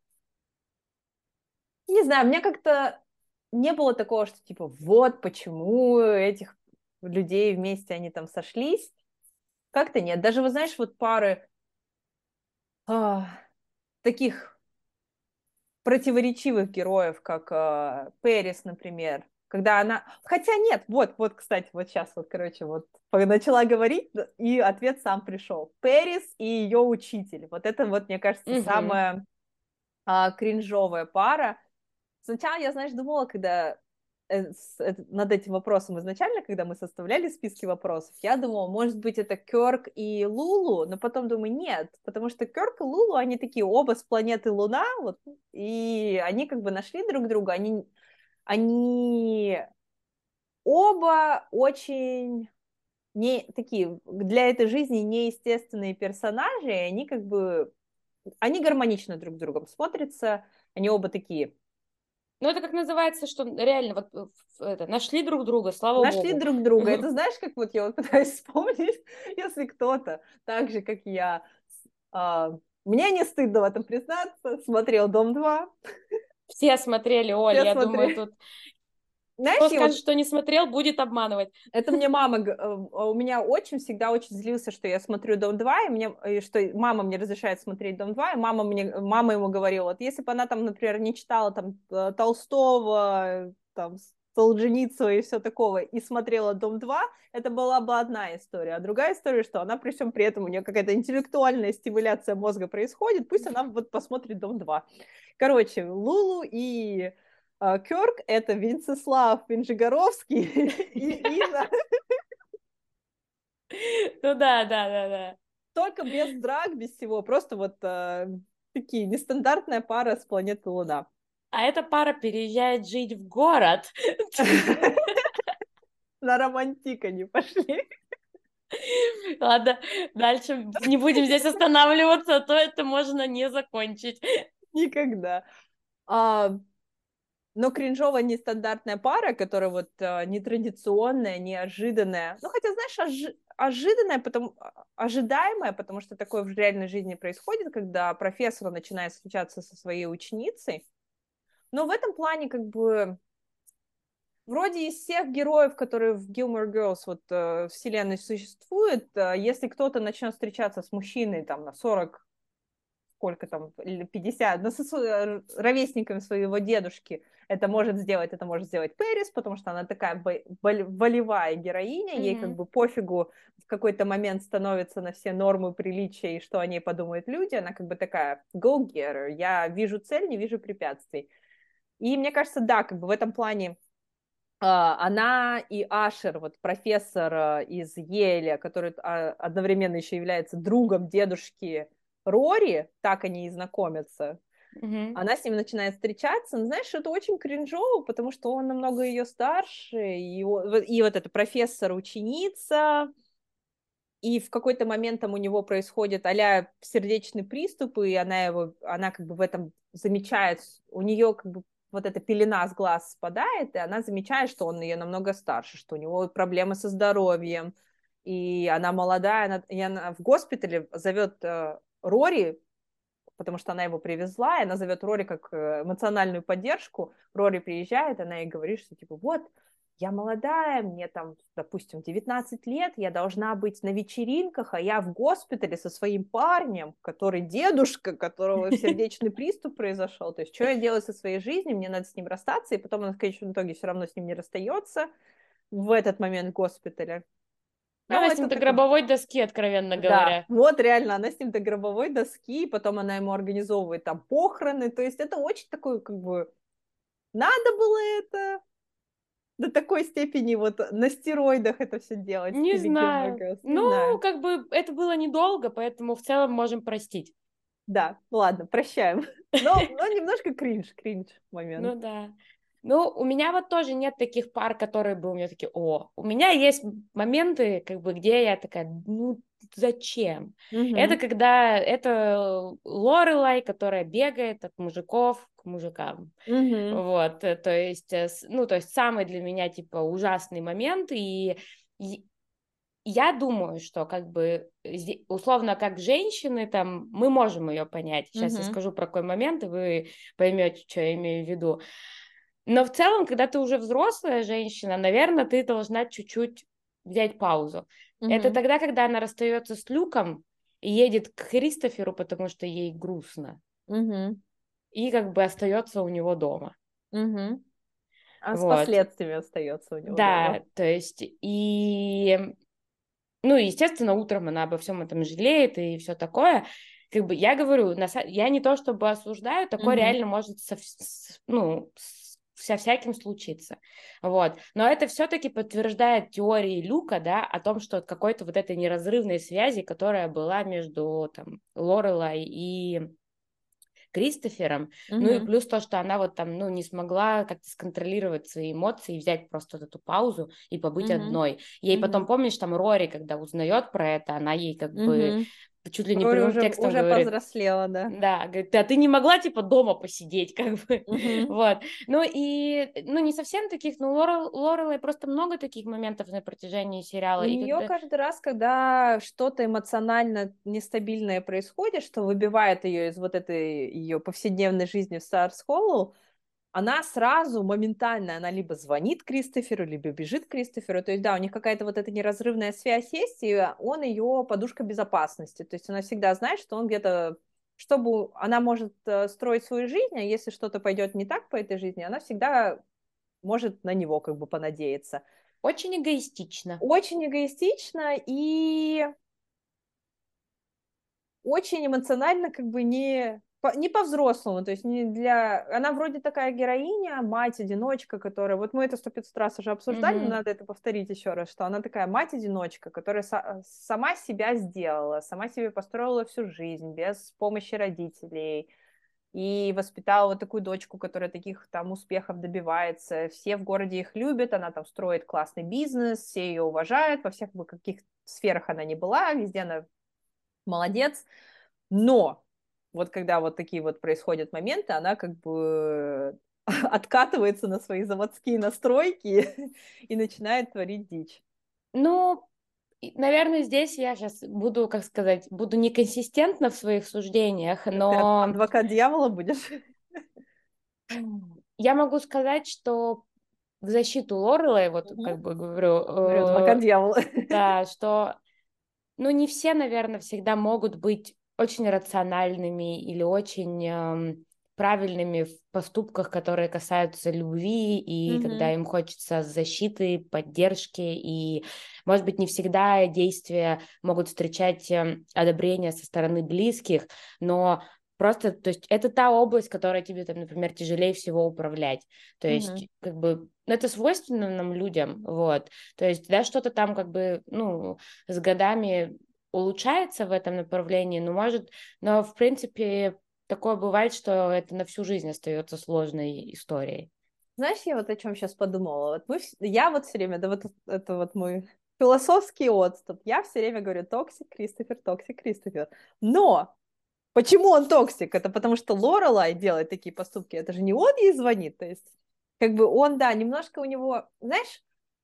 не знаю, мне как-то не было такого, что типа вот почему этих людей вместе они там сошлись. Как-то нет. Даже, вы знаешь, вот пары а, таких противоречивых героев, как э, Пэрис, например, когда она... Хотя нет, вот, вот, кстати, вот сейчас вот, короче, вот начала говорить, и ответ сам пришел. Пэрис и ее учитель. Вот это вот, мне кажется, Угу. самая э, кринжовая пара. Сначала я, знаешь, думала, когда э, с, э, над этим вопросом изначально, когда мы составляли списки вопросов, я думала, может быть, это Кёрк и Лулу, но потом думаю, нет, потому что Кёрк и Лулу, они такие оба с планеты Луна, вот, и они как бы нашли друг друга, они, они оба очень не такие для этой жизни неестественные персонажи, и они как бы они гармонично друг с другом смотрятся, они оба такие. Ну, это как называется, что реально вот э, это, нашли друг друга, слава Нашли богу. друг друга. Это знаешь, как вот я вот пытаюсь вспомнить, если кто-то так же, как я, а, мне не стыдно в этом признаться, смотрел «Дом два». Все смотрели, Оль, Я я думаю, смотрю. тут Знаешь, кто я скажет, вот что не смотрел, будет обманывать. это мне мама, г- э, у меня очень всегда очень злился, что я смотрю «Дом два», и мне, и что мама мне разрешает смотреть «Дом два», и мама мне, мама ему говорила, вот если бы она там, например, не читала там э, Толстого, там, Солженицына и все такого, и смотрела «Дом два», это была бы одна история. А другая история, что она при всем при этом, у нее какая-то интеллектуальная стимуляция мозга происходит, пусть она вот посмотрит «Дом два». Короче, Лулу и Кёрк — это Венцеслав Венжигоровский и Инна. Ну да, да, да, да. Только без драк, без всего. Просто вот э, такие нестандартная пара с планеты Луна. А эта пара переезжает жить в город. На романтик они пошли. Ладно, дальше не будем здесь останавливаться, а то это можно не закончить. Никогда. А, но кринжовая нестандартная пара, которая вот а, нетрадиционная, неожиданная. Ну, хотя, знаешь, ожи- ожиданная, потому, а, ожидаемая, потому что такое в реальной жизни происходит, когда профессор начинает встречаться со своей ученицей. Но в этом плане как бы вроде из всех героев, которые в Gilmore Girls вот э, вселенной существуют, э, если кто-то начнет встречаться с мужчиной там на сорок, сколько там, или пятьдесят, ну, со с ровесниками своего дедушки, это может сделать, это может сделать Пэрис, потому что она такая бо- бо- волевая героиня, ей как Мгм. бы пофигу в какой-то момент становится на все нормы приличия и что о ней подумают люди, она как бы такая go-getter, я вижу цель, не вижу препятствий. И мне кажется, да, как бы в этом плане а, она и Ашер, вот профессор а, из Йеля, который а, одновременно еще является другом дедушки Рори, так они и знакомятся. Мгм. Она с ним начинает встречаться, но знаешь, это очень кринжово, потому что он намного ее старше, и, о- и вот эта профессор-ученица, и в какой-то момент там у него происходит а-ля сердечный приступ, и она его, она как бы в этом замечает, у нее как бы вот эта пелена с глаз спадает, и она замечает, что он ее намного старше, что у него проблемы со здоровьем, и она молодая, она, и она в госпитале зовет э, Рори, потому что она его привезла, и она зовет Рори как э, эмоциональную поддержку. Рори приезжает, она ей говорит, что типа вот, я молодая, мне там, допустим, девятнадцать лет, я должна быть на вечеринках, а я в госпитале со своим парнем, который дедушка, которого сердечный приступ произошел. То есть, что я делаю со своей жизнью, мне надо с ним расстаться, и потом она в конечном итоге все равно с ним не расстается в этот момент в госпитале. Но Она с это ним до такой... гробовой доски, откровенно Да, говоря. вот реально, она с ним до гробовой доски, потом она ему организовывает там похороны, то есть это очень такой, как бы, надо было это до такой степени вот на стероидах это все делать в Не стиле Gilmore знаю. Girls, не Ну, знаю. как бы это было недолго, поэтому в целом можем простить. Да, ладно, прощаем. Но, но немножко кринж, кринж момент. Ну да. Ну, у меня вот тоже нет таких пар, которые бы у меня такие, о, у меня есть моменты, как бы, где я такая, ну, зачем? Это Угу, когда, это Лорелай, которая бегает от мужиков к мужикам. угу, Вот, э, то есть, э, с- ну, то есть самый для меня, типа, ужасный момент, и и я думаю, что, как бы, зе- условно, как женщины, там, мы можем ее понять. Сейчас я угу, скажу про какой момент, и вы поймете, что я имею в виду. Но в целом, когда ты уже взрослая женщина, наверное, ты должна чуть-чуть взять паузу. Это угу, тогда, когда она расстается с Люком и едет к Кристоферу, потому что ей грустно. угу. и как бы остается у него дома. Угу. А с Вот, последствиями остается у него дома. да, то есть, и, ну, естественно, утром она обо всем этом жалеет и все такое. Как бы я говорю, на, са- я не то чтобы осуждаю, такое Угу. реально может со, вс- с- ну, с- со всяким случиться. Вот. Но это все-таки подтверждает теории Люка, да, о том, что какой-то вот этой неразрывной связи, которая была между там Лорелай и Кристофером, ну и Угу. плюс то, что она вот там, ну, не смогла как-то сконтролировать свои эмоции, взять просто вот эту паузу и побыть Угу. одной. Ей потом, Угу. помнишь, там Рори, когда узнает про это, она ей как бы Угу. чуть ли не Рори прямым уже, текстом уже говорит, повзрослела, да. да, говорит, а ты не могла, типа, дома посидеть, как бы, Угу. вот. Ну и, ну, не совсем таких, но Лорел, Лорелай просто много таких моментов на протяжении сериала, У и нее когда... каждый раз, когда что-то эмоционально нестабильное происходит, что выбивает ее из вот этой ее повседневной жизни в Stars Hollow, она сразу, моментально, она либо звонит Кристоферу, либо бежит к Кристоферу. То есть, да, у них какая-то вот эта неразрывная связь есть, и он ее подушка безопасности. То есть она всегда знает, что он где-то, чтобы она может э, строить свою жизнь, а если что-то пойдет не так по этой жизни, она всегда может на него как бы понадеяться. Очень эгоистично. Очень эгоистично и очень эмоционально как бы не, по- не по-взрослому, то есть не для... Она вроде такая героиня, мать-одиночка, которая... Вот мы это сто пятьсот раз уже обсуждали, но Мгм. надо это повторить еще раз, что она такая мать-одиночка, которая са- сама себя сделала, сама себе построила всю жизнь без помощи родителей, и воспитала вот такую дочку, которая таких там успехов добивается. Все в городе их любят, она там строит классный бизнес, все ее уважают, во всех бы каких сферах она не была, везде она молодец. Но вот когда вот такие вот происходят моменты, она как бы откатывается на свои заводские настройки и начинает творить дичь. Ну, и, наверное, здесь я сейчас буду, как сказать, буду неконсистентна в своих суждениях, Ты но адвокат дьявола будешь? я могу сказать, что в защиту Лорелай, вот Мгм. как бы говорю, Говорю, адвокат э, дьявола. да, что, ну, не все, наверное, всегда могут быть очень рациональными или очень эм, правильными в поступках, которые касаются любви, и когда Мгм. им хочется защиты, поддержки, и, может быть, не всегда действия могут встречать эм, одобрение со стороны близких, но просто, то есть это та область, которая тебе, там, например, тяжелее всего управлять. То есть, Мгм. как бы, ну, это свойственно нам, людям, вот. То есть, да, что-то там, как бы, ну, с годами улучшается в этом направлении, но может, но в принципе такое бывает, что это на всю жизнь остается сложной историей. Знаешь, я вот о чем сейчас подумала. Вот мы, вс- я вот все время, да вот это вот мой философский отступ. Я все время говорю токсик, Кристофер, токсик, Кристофер. Но почему он токсик? Это потому что Лорелай делает такие поступки. Это же не он ей звонит. То есть, как бы он, да, немножко у него, знаешь,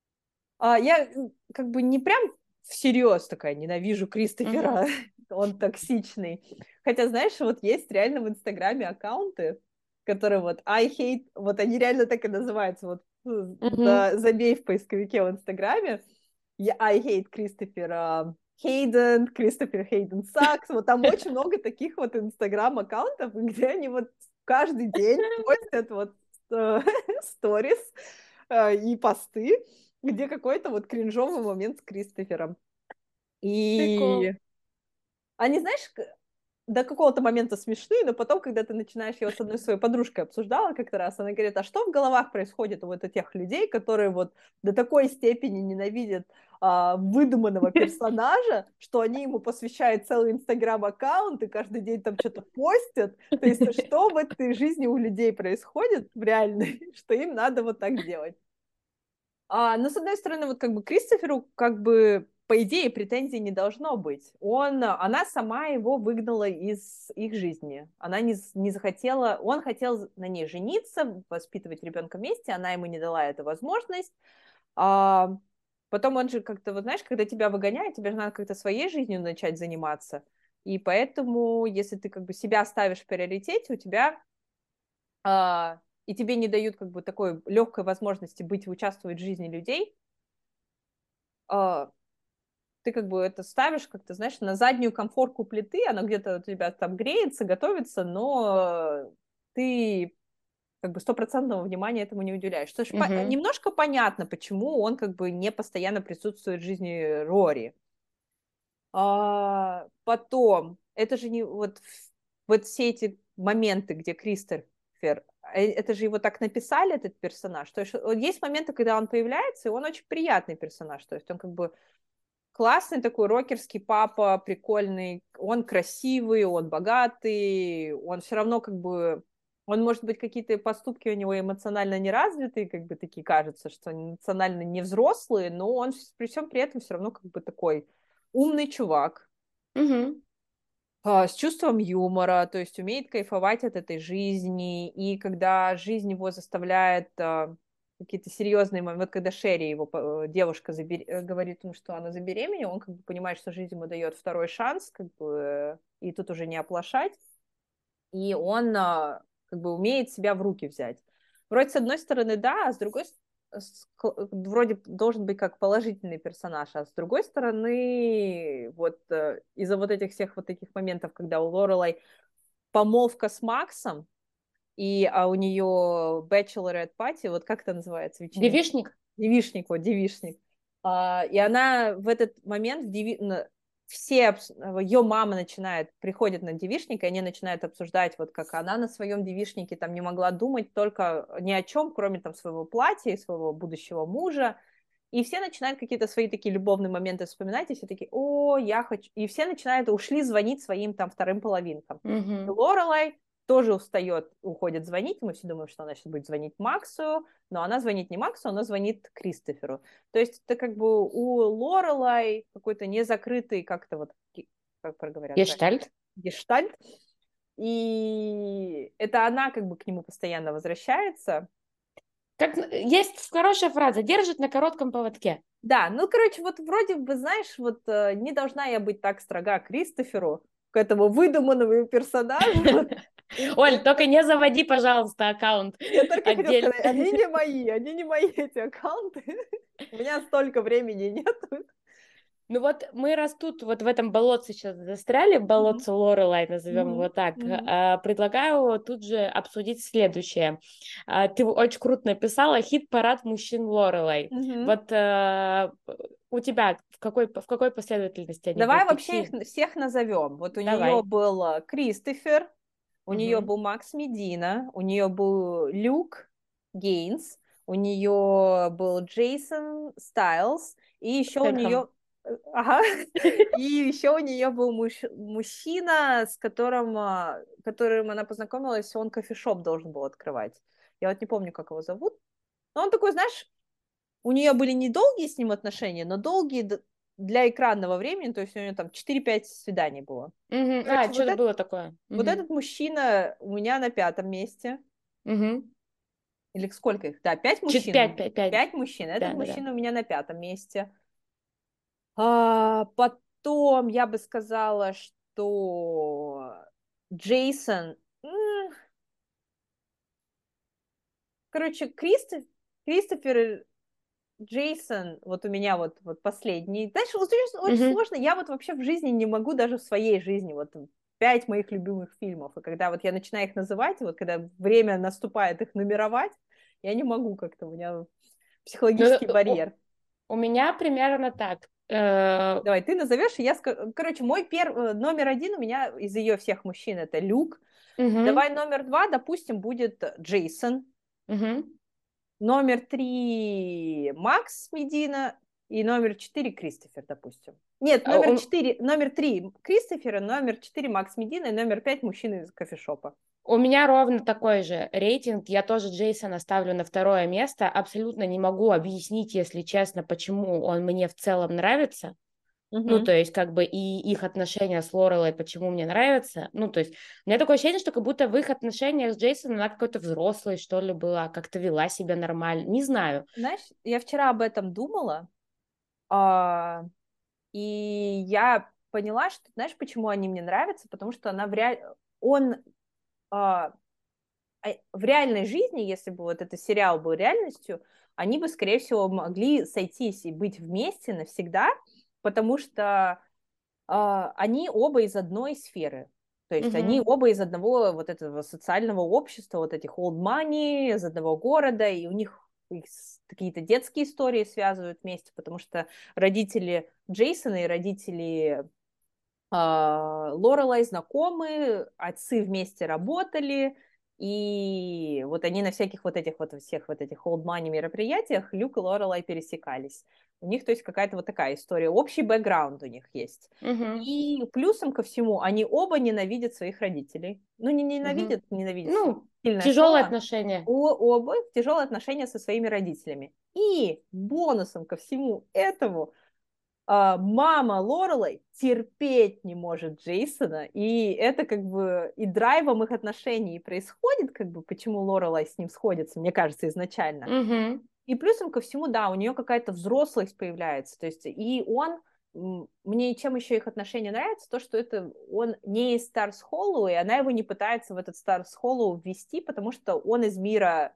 а, я как бы не прям всерьез такая ненавижу Мгм. Кристофера, он токсичный. Хотя, знаешь, вот есть реально в Инстаграме аккаунты, которые вот I hate, вот они реально так и называются, вот ну, Мгм. за- забей в поисковике в Инстаграме, я I hate Кристофера Хейден, Кристофер Хейден Сакс, вот там очень много таких вот Инстаграм-аккаунтов, где они вот каждый день постят вот э, сторис э, и посты, где какой-то вот кринжовый момент с Кристофером. Прикол. И они, знаешь, до какого-то момента смешные, но потом, когда ты начинаешь, я вот с одной своей подружкой обсуждала как-то раз, она говорит, а что в головах происходит у вот этих людей, которые вот до такой степени ненавидят а, выдуманного персонажа, что они ему посвящают целый инстаграм-аккаунт и каждый день там что-то постят. То есть что в этой жизни у людей происходит в реальной, что им надо вот так делать. А, но, с одной стороны, вот как бы Кристоферу, как бы, по идее, претензий не должно быть. Он, она сама его выгнала из их жизни. Она не, не захотела, он хотел на ней жениться, воспитывать ребенка вместе, она ему не дала эту возможность. А, потом он же как-то, вот знаешь, когда тебя выгоняют, тебе же надо как-то своей жизнью начать заниматься. И поэтому, если ты как бы себя ставишь в приоритете, у тебя а, и тебе не дают как бы такой легкой возможности быть, участвовать в жизни людей, а, ты как бы это ставишь как-то, знаешь, на заднюю комфорку плиты, она где-то у тебя там греется, готовится, но ты как бы стопроцентного внимания этому не уделяешь. Что ж, по- Угу. немножко понятно, почему он как бы не постоянно присутствует в жизни Рори. А, потом, это же не вот, вот все эти моменты, где Кристофер, э, это же его так написали, этот персонаж. То есть вот есть моменты, когда он появляется, и он очень приятный персонаж. То есть он как бы классный такой рокерский папа, прикольный, он красивый, он богатый, он все равно как бы, он, может быть, какие-то поступки у него эмоционально неразвитые, как бы такие кажется, что эмоционально не взрослые, но он при всем при этом все равно как бы такой умный чувак, Угу. а, с чувством юмора, то есть умеет кайфовать от этой жизни, и когда жизнь его заставляет а, какие-то серьезные моменты, вот когда Шерри, его э, девушка, забер... э, говорит ему, что она забеременела, он как бы понимает, что жизнь ему дает второй шанс, как бы, э, и тут уже не оплошать, и он а, как бы умеет себя в руки взять. Вроде с одной стороны, да, а с другой стороны, вроде должен быть как положительный персонаж, а с другой стороны, вот э, из-за вот этих всех вот таких моментов, когда у Лорелай помолвка с Максом, и а у нее bachelorette party, вот как это называется, вечеринка? Девишник? Девишник, вот, девишник. А, и она в этот момент, в деви... все, ее мама начинает, приходит на девишник, и они начинают обсуждать, вот как она на своем девишнике там не могла думать только ни о чем, кроме там своего платья и своего будущего мужа. И все начинают какие-то свои такие любовные моменты вспоминать, и все такие, о, я хочу... И все начинают, ушли звонить своим там вторым половинкам. И Угу. Лорелай тоже устает, уходит звонить. Мы все думаем, что она сейчас будет звонить Максу, но она звонит не Максу, она звонит Кристоферу. То есть это как бы у Лорелай какой-то незакрытый, как-то вот, как проговорят, Гештальт? гештальт. И это она как бы к нему постоянно возвращается. Как есть хорошая фраза: держит на коротком поводке. Да, ну, короче, вот вроде бы, знаешь, вот э, не должна я быть так строга к Кристоферу, к этому выдуманному персонажу. Оль, только не заводи, пожалуйста, аккаунт Я только хотела отдельно. сказать, они не мои, они не мои эти аккаунты. У меня столько времени нет. Ну вот мы раз тут вот в этом болотце сейчас застряли, болотце Лорелай, назовем его Мгм, так, мгм, а, предлагаю тут же обсудить следующее. А, Ты очень круто написала «Хит-парад мужчин Лорелай». мгм. Вот а, у тебя в какой, в какой последовательности они Давай будут вообще их идти? всех назовем. Вот у нее Давай. был э, Кристофер, у нее Мгм. был Макс Медина, у нее был Люк Гейнс, у нее был Джейсон Стайлз, и еще у Стэтхэм. нее... Ага. И еще у нее был муж... мужчина, с которым, а, которым она познакомилась, он кофешоп должен был открывать. Я вот не помню, как его зовут. Но он такой, знаешь, у нее были недолгие с ним отношения, но долгие д- для экранного времени, то есть у нее там четыре-пять свиданий было. Мгм. А, Короче, вот, что-то это, было такое. вот Мгм. этот мужчина у меня на пятом месте. Мгм. Или сколько их? Да, пять Чет- Пять, мужчин. пять, пять. Пять мужчин. Этот Да, да, да. мужчина у меня на пятом месте. А, потом я бы сказала, что Джейсон... м, Короче, Кристоф... Кристофер и Джейсон, вот у меня вот, вот последний. Знаешь, вот очень, очень Мгм. сложно. Я вот вообще в жизни не могу, даже в своей жизни, вот пять моих любимых фильмов. И когда вот я начинаю их называть, и вот когда время наступает их нумеровать, я не могу как-то, у меня Ну, психологический у, барьер. у меня примерно так. Э, Давай, ты назовешь, и я скажу. Короче, мой первый, номер один у меня из ее всех мужчин это Люк. мгм. Давай номер два, допустим, будет Джейсон. Мгм. Номер три Макс Медина. И номер четыре Кристофер, допустим. Нет, А номер У, четыре, номер три Кристофера, номер четыре Макс Медина и номер пять мужчины из кофешопа. у меня ровно такой же рейтинг. Я тоже Джейсона ставлю на второе место. Абсолютно не могу объяснить, если честно, почему он мне в целом нравится. Ну, Угу. то есть, как бы и их отношения с Лорелой, почему мне нравятся. Ну, то есть, у меня такое ощущение, что как будто в их отношениях с Джейсоном она какой-то взрослой, что ли, была, как-то вела себя нормально. Не знаю. Знаешь, я вчера об этом думала, а, и я поняла, что, знаешь, почему они мне нравятся? Потому что она в реаль... он а, а, в реальной жизни, если бы вот этот сериал был реальностью, они бы, скорее всего, могли сойтись и быть вместе навсегда, потому что а, они оба из одной сферы. То есть они Мгм. оба из одного вот этого социального общества, вот этих old money, из одного города, и у них их с- какие-то детские истории связывают вместе, потому что родители Джейсона и родители а, Лорелай знакомы, отцы вместе работали, и вот они на всяких вот этих вот всех вот этих old money мероприятиях Люк и Лорелай пересекались. У них, то есть, какая-то вот такая история. Общий бэкграунд у них есть. Мгм. И плюсом ко всему, они оба ненавидят своих родителей. Ну, не Мгм. ненавидят, ненавидят, Ну, сильное тяжелые слово. отношения. У, у обоих тяжелые отношения со своими родителями. И бонусом ко всему этому а, мама Лорелай терпеть не может Джейсона, и это как бы и драйвом их отношений происходит, как бы почему Лорелай с ним сходится, мне кажется, изначально. Мгм. И плюсом ко всему, да, у нее какая-то взрослость появляется, то есть и он, м, мне чем еще их отношения нравятся, то, что это он не из Старс Холлоу, и она его не пытается в этот Старс Холлоу ввести, потому что он из мира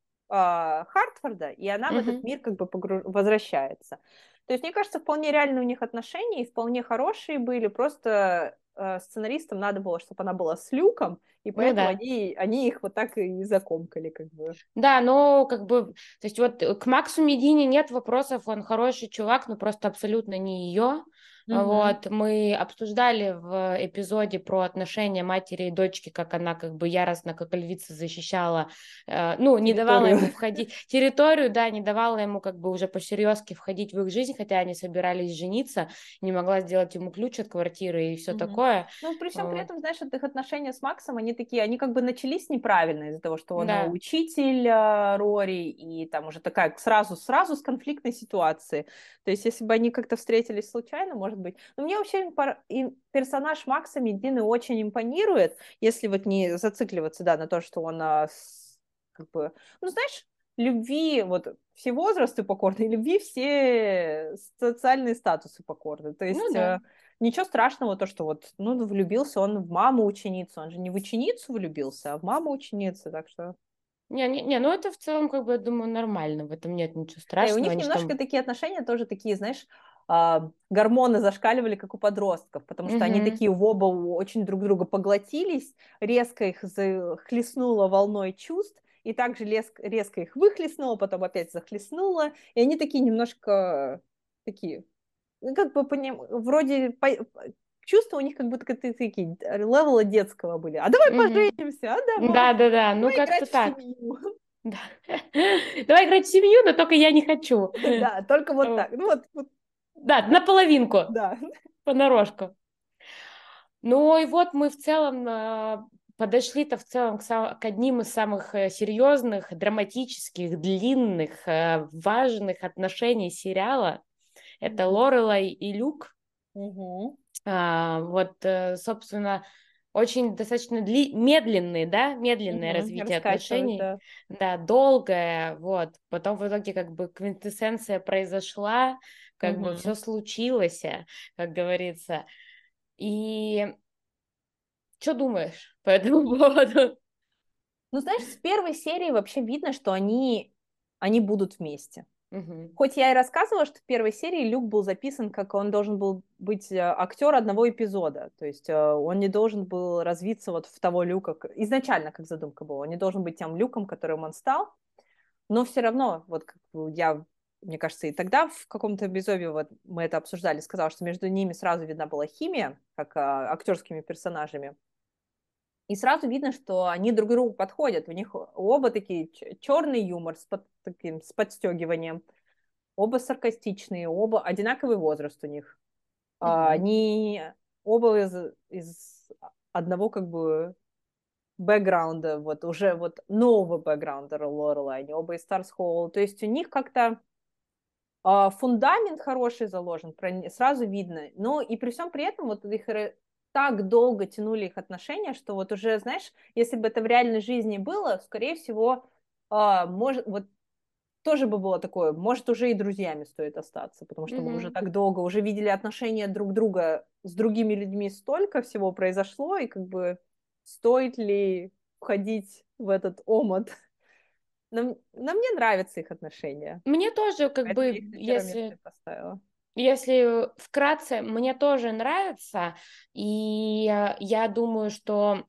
а, Хартфорда, и она в этот Мгм. мир как бы погруж... возвращается. То есть, мне кажется, вполне реально у них отношения, и вполне хорошие были, просто э, сценаристам надо было, чтобы она была с Люком, и Ну поэтому да. они, они их вот так и закомкали, как бы. Да, но как бы, то есть вот э, к Максу Медине нет вопросов, он хороший чувак, но просто абсолютно не ее. Мгм. Вот, мы обсуждали в эпизоде про отношения матери и дочки, как она как бы яростно, как львица, защищала, э, ну, не давала Территорию. ему входить, территорию, да, не давала ему как бы уже по-серьезки входить в их жизнь, хотя они собирались жениться, не могла сделать ему ключ от квартиры и все Мгм. такое. Ну, при всем при Вот. этом, знаешь, вот их отношения с Максом, они такие, они как бы начались неправильно из-за того, что он э, Да. учитель э, Рори, и там уже такая сразу, сразу с конфликтной ситуации. То есть, если бы они как-то встретились случайно, может быть. Но мне вообще пар- и персонаж Макса Медины очень импонирует, если вот не зацикливаться, да, на то, что он а, с- как бы, ну, знаешь, любви, вот все возрасты покорны, и любви все социальные статусы покорны. То Ну есть да. э, ничего страшного, то, что вот, ну, влюбился он в маму ученицу, он же не в ученицу влюбился, а в маму ученицы, так что... Не, не, не, ну это в целом, как бы, я думаю, нормально, в этом нет ничего Да, и у страшного, них они же немножко там... такие отношения тоже такие, знаешь, а, гормоны зашкаливали, как у подростков, потому что они Мгм. такие в оба очень друг друга поглотились, резко их захлестнуло волной чувств, и также леск- резко их выхлестнуло, потом опять захлестнуло, и они такие немножко такие, ну, как бы поним... вроде по... чувства у них как будто как-то такие левела детского были. А давай Мгм. поженимся, а давай, Да, да, да, ну давай как-то играть в так. семью. Да. Давай играть в семью, но только я не хочу. Да, только вот О, так. Ну вот, вот да, наполовинку, да. понарошку. Ну и вот мы в целом а, подошли-то в целом к, са- к одним из самых э, серьезных, драматических, длинных, э, важных отношений сериала. Это Мгм. Лорелай и Люк. Мгм. А, вот, э, собственно, очень достаточно дли- медленные, да, медленное Мгм. развитие Раскачивать, отношений, да. да, долгое, вот, потом в итоге как бы квинтэссенция произошла, как бы все Мгм. случилось, э, как говорится. И что думаешь по этому поводу? Ну, знаешь, с первой серии вообще видно, что они, они будут вместе. Мгм. Хоть я и рассказывала, что в первой серии Люк был записан, как он должен был быть э, актер одного эпизода. То есть э, он не должен был развиться вот в того Люка, к- изначально, как задумка была, он не должен быть тем Люком, которым он стал. Но все равно, вот как бы я, мне кажется, и тогда в каком-то эпизоде вот мы это обсуждали, сказала, что между ними сразу видна была химия, как а, актерскими персонажами. И сразу видно, что они друг другу подходят. У них оба такие черный юмор с под, таким с подстегиванием, оба саркастичные, оба одинаковый возраст у них. А, Мгм. Они оба из, из одного как бы бэкграунда, вот уже вот нового бэкграунда Лорелай, они оба из Старс Холл. То есть у них как-то а, фундамент хороший заложен, про- сразу видно. Но и при всем при этом вот их ре- так долго тянули их отношения, что вот уже, знаешь, если бы это в реальной жизни было, скорее всего, а, может, вот тоже бы было такое, может, уже и друзьями стоит остаться, потому что вы уже Мгм. так долго, уже видели отношения друг друга с другими людьми, столько всего произошло, и как бы стоит ли входить в этот омут. Но, но мне нравятся их отношения, Мне тоже, как поэтому я бы, их на первое место если и поставила. Если вкратце, мне тоже нравится, и э, я думаю, что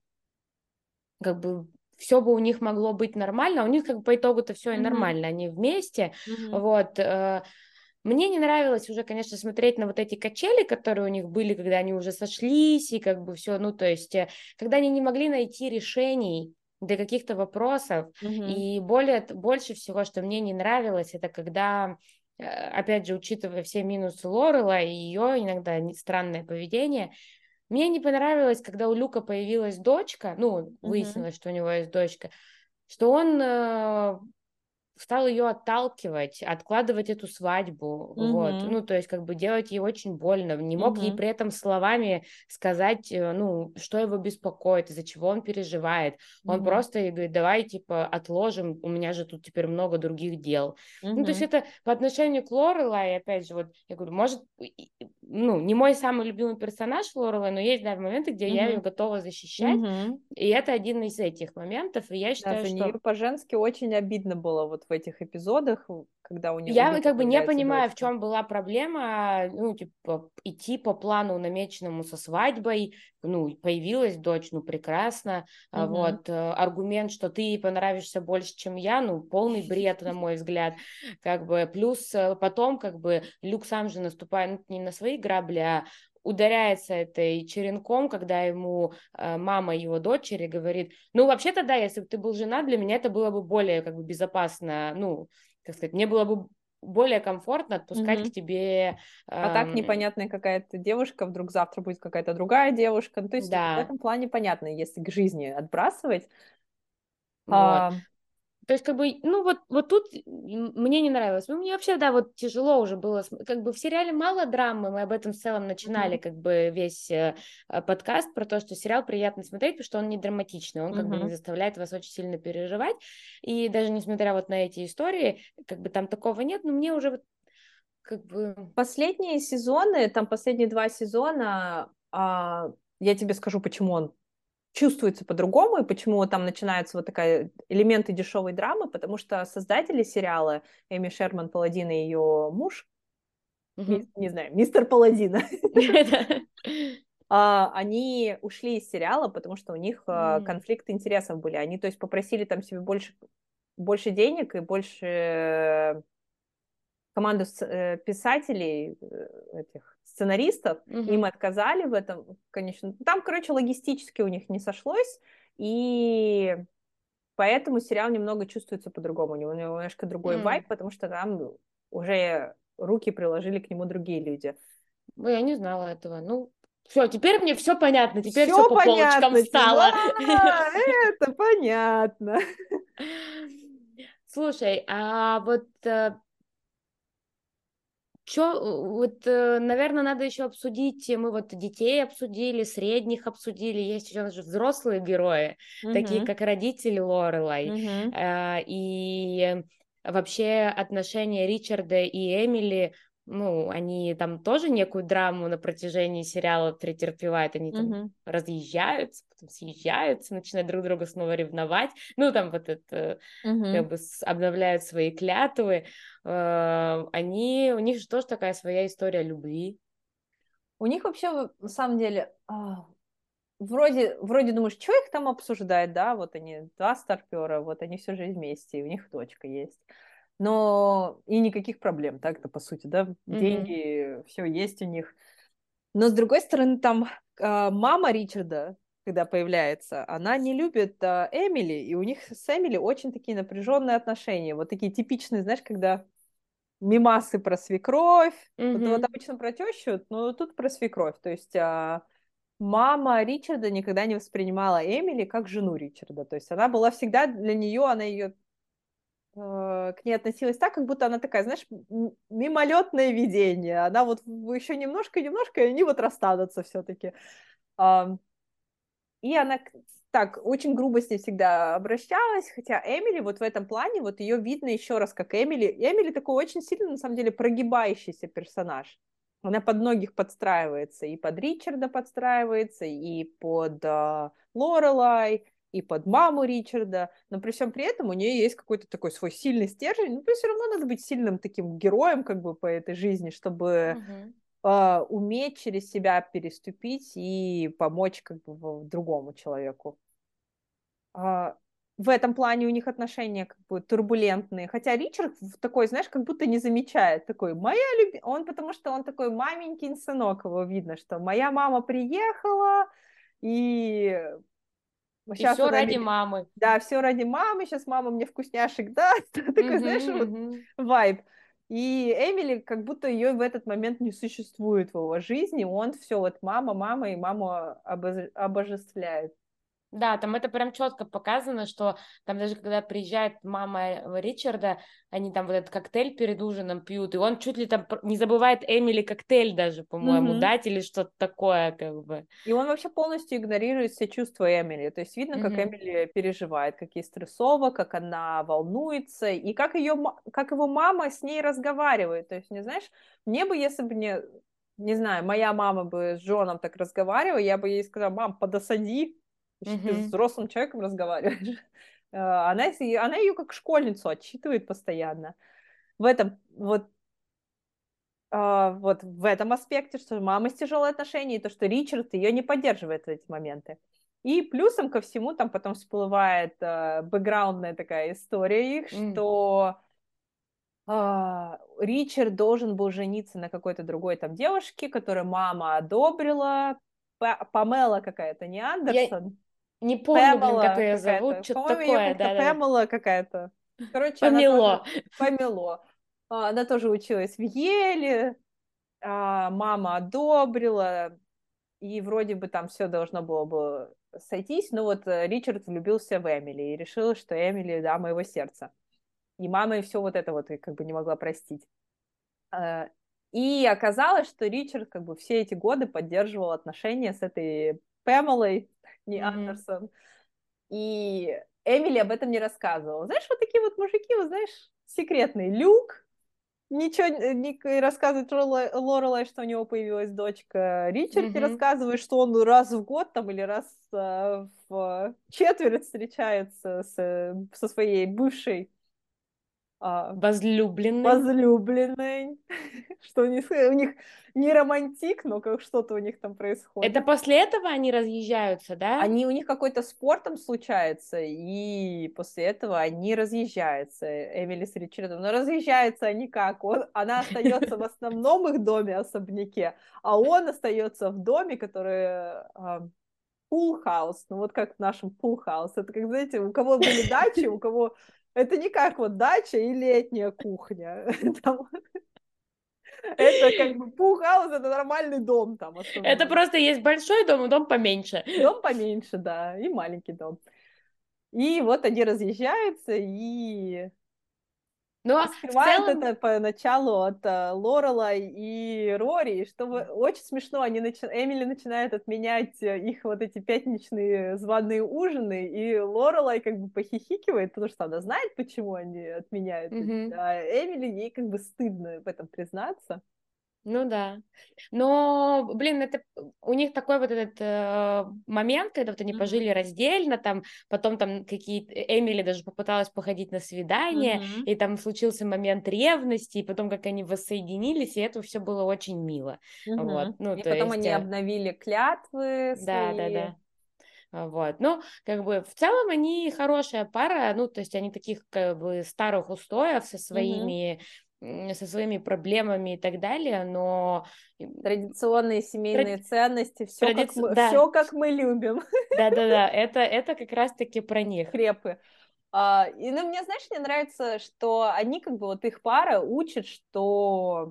как бы все бы у них могло быть нормально, а у них как бы по итогу-то все и Мгм. нормально, они вместе, Мгм. вот. э, Мне не нравилось уже, конечно, смотреть на вот эти качели, которые у них были, когда они уже сошлись, и как бы все, ну, то есть, э, когда они не могли найти решений для каких-то вопросов, Мгм. и более, больше всего, что мне не нравилось, это когда, э, опять же, учитывая все минусы Лорела и ее иногда не- странное поведение, мне не понравилось, когда у Люка появилась дочка, ну, Мгм. выяснилось, что у него есть дочка, что он э, стал ее отталкивать, откладывать эту свадьбу, вот, Мгм. ну, то есть, как бы делать ей очень больно, не мог ей Мгм. при этом словами сказать, э, ну, что его беспокоит, из-за чего он переживает, он Мгм. просто ей говорит, давай, типа, отложим, у меня же тут теперь много других дел, ну, то есть, Мгм. это по отношению к Лорелай, опять же, вот, я говорю, может, и- и- ну, не мой самый любимый персонаж Лорелай, но есть, да, моменты, где я ее Мгм. готова защищать, Мгм. и это один из этих моментов, и я Да, считаю, за нее что по-женски очень обидно было вот в этих эпизодах, в- когда у, не, у я Люка как бы не появляется понимаю, в дочка. чем была проблема, ну, типа, идти по плану намеченному со свадьбой, ну, появилась дочь, ну, прекрасно, а Мгм. вот, э, аргумент, что ты ей понравишься больше, чем я, ну, полный бред, на мой взгляд, как бы, плюс э, потом, как бы, Люк сам же наступает, ну, не на свои грабли, а ударяется этой черенком, когда ему э, мама его дочери говорит, ну, вообще-то, да, если бы ты был женат, для меня это было бы более, как бы, безопасно, ну, как сказать, мне было бы более комфортно отпускать к Мгм. тебе, А так эм, непонятная какая-то девушка, вдруг завтра будет какая-то другая девушка. Ну, то есть в да, этом плане понятно, если к жизни отбрасывать. вот. А, То есть, как бы, ну, вот, вот тут м, мне не нравилось. Ну, мне вообще, да, вот тяжело уже было. см- Как бы в сериале мало драмы, мы об этом в целом начинали, мгм. как бы, весь э, э, подкаст про то, что сериал приятно смотреть, потому что он не драматичный, он как бы не Мгм. заставляет вас очень сильно переживать. И даже несмотря вот на эти истории, как бы там такого нет, но мне уже вот, как бы... Последние сезоны, там последние два сезона, а, я тебе скажу, почему он чувствуется по-другому, и почему там начинаются вот такая элементы дешевой драмы, потому что создатели сериала Эми Шерман Паладин и ее муж, ми- Мгм. не знаю, мистер Паладина, Это- а, они ушли из сериала, потому что у них а, М, конфликты интересов были. Они, то есть, попросили там себе больше, больше денег и больше команду с- э, писателей, э, этих сценаристов, им мгм. отказали в этом, конечно. Там, короче, логистически у них не сошлось, и поэтому сериал немного чувствуется по-другому. У него немножко другой вайб, М. потому что там уже руки приложили к нему другие люди. Ой, я не знала этого. Ну, все, теперь мне все понятно, теперь все Все по полочкам понятно тебе, встало. да, это понятно. Слушай, а вот что, вот, наверное, надо еще обсудить, мы вот детей обсудили, средних обсудили, есть еще же взрослые герои, такие Мгм, как родители Лорелай, мгм, а, и вообще отношения Ричарда и Эмили, ну, они там тоже некую драму на протяжении сериала претерпевают, они там мгм, разъезжаются, потом съезжаются, начинают друг друга снова ревновать, ну, там вот это, мгм. как бы с- обновляют свои клятвы, э, они, у них же тоже такая своя история любви. У них вообще, на самом деле, а, вроде, вроде думаешь, что их там обсуждать, да, вот они два старпера, вот они всю жизнь вместе, и у них дочка есть. Но и никаких проблем, так-то, по сути, да, Мгм. деньги, все есть у них. Но, с другой стороны, там а, мама Ричарда, когда появляется, она не любит а, Эмили, и у них с Эмили очень такие напряженные отношения, вот такие типичные, знаешь, когда мемасы про свекровь, вот, вот Мгм. обычно про тещу, но тут про свекровь, то есть а, мама Ричарда никогда не воспринимала Эмили как жену Ричарда. То есть она была всегда для нее, она ее э, к ней относилась так, как будто она такая, знаешь, м- мимолетное видение. Она вот еще немножко-немножко, и они вот расстанутся все-таки. А, и она к- так очень грубо с ней всегда обращалась, хотя Эмили вот в этом плане, вот ее видно еще раз как Эмили. Эмили такой очень сильно, на самом деле, прогибающийся персонаж. Она под многих подстраивается, и под Ричарда подстраивается, и под э, Лорелай, и под маму Ричарда, но при всем при этом у нее есть какой-то такой свой сильный стержень, ну, то есть все равно надо быть сильным таким героем как бы по этой жизни, чтобы Мгм. э, уметь через себя переступить и помочь как бы в- другому человеку. А, в этом плане у них отношения как бы турбулентные. Хотя Ричард в- такой, знаешь, как будто не замечает. Такой, моя люби... Он, потому что он такой маменькин сынок, его видно, что моя мама приехала, и И сейчас все она ради меня... мамы. Да, все ради мамы, сейчас мама мне вкусняшек даст. Такой, Мгм, знаешь, вот мгм. вайб. И Эмили, как будто ее в этот момент не существует в его жизни. Он все вот мама, мама, и маму обож- обожествляет. Да, там это прям четко показано, что там даже когда приезжает мама Ричарда, они там вот этот коктейль перед ужином пьют, и он чуть ли там пр- не забывает Эмили коктейль даже, по-моему, Мгм. дать или что-то такое, как бы. И он вообще полностью игнорирует все чувства Эмили. То есть видно, как Мгм. Эмили переживает, как ей стрессово, как она волнуется, и как, ее, ма- как его мама с ней разговаривает. То есть, не знаешь, мне бы, если бы мне, не знаю, моя мама бы с Джоном так разговаривала, я бы ей сказала, мам, подосади, что ты с Мгм. взрослым человеком разговариваешь. Э, Она, с- она ее как школьницу отчитывает постоянно. В этом, вот а, вот в этом аспекте, что мама с тяжелые отношения, и то, что Ричард ее не поддерживает в эти моменты. И плюсом ко всему там потом всплывает э, бэкграундная такая история их, М. что а, Ричард должен был жениться на какой-то другой там девушке, которую мама одобрила. Па- Памела какая-то, не Я Андерсон. не помню, блин, как Памела ее зовут, какая-то. что-то По-моему, ее такое, как-то да-да-да. Памела какая-то. Короче, она тоже Помело. помело. А, Она тоже училась в Еле, а, мама одобрила, и вроде бы там все должно было бы сойтись, но вот э, Ричард влюбился в Эмили и решил, что Эмили дама его сердца. И мама и все вот это вот и как бы не могла простить. Э, И оказалось, что Ричард как бы все эти годы поддерживал отношения с этой Памелой, не Мгм. Андерсон, и Эмили об этом не рассказывала. Знаешь, вот такие вот мужики, вот знаешь, секретный Люк, ничего не рассказывает Лорелай, Лорелай, что у него появилась дочка. Ричард не Мгм. рассказывает, что он раз в год там или раз а, в четверть встречается с, со своей бывшей а, Возлюбленный. возлюбленной. Что у них, у них не романтик, но как что-то у них там Это происходит. после этого они разъезжаются, да? Они, у них какой-то спор там случается, и после этого они разъезжаются, Эмили с Ричардом. Но разъезжаются они как? Он, она остается в основном их доме, особняке, а он остается в доме, который пул-хаус, ну вот как в нашем пул-хаус. Это как, знаете, у кого были дачи, у кого... Это не как вот дача и летняя кухня. Там, это как бы пул-хаус, это нормальный дом там Это основной. просто есть большой дом и дом поменьше. Дом поменьше, да, и маленький дом. И вот они разъезжаются и Но в скрывают целом, это поначалу от uh, Лорелай и Рори, что вы- очень смешно, они начи... Эмили начинает отменять э, их вот эти пятничные званые ужины, и Лорелай как бы похихикивает, потому что она знает, почему они отменяют их. мгм. А Эмили, ей как бы стыдно в этом признаться. Ну да. Но, блин, это у них такой вот этот э, момент, когда вот они Мгм. пожили раздельно, там потом там какие-то Эмили даже попыталась походить на свидание, Мгм. и там случился момент ревности, и потом как они воссоединились, и это все было очень мило. Вот, Мгм. ну И то потом есть, они э, обновили клятвы да, да, свои. да. А, Вот. Ну, как бы в целом они хорошая пара, ну, то есть они таких как бы старых устоев со Мгм. своими м, со своими проблемами и так далее, но м, Традиционные семейные тради- ценности, все как традиц- мы, да, все как мы любим. да, да, да, это, это как раз-таки про них. Скрепы. А, и, ну, мне, знаешь, мне нравится, что они, как бы, вот их пара учат, что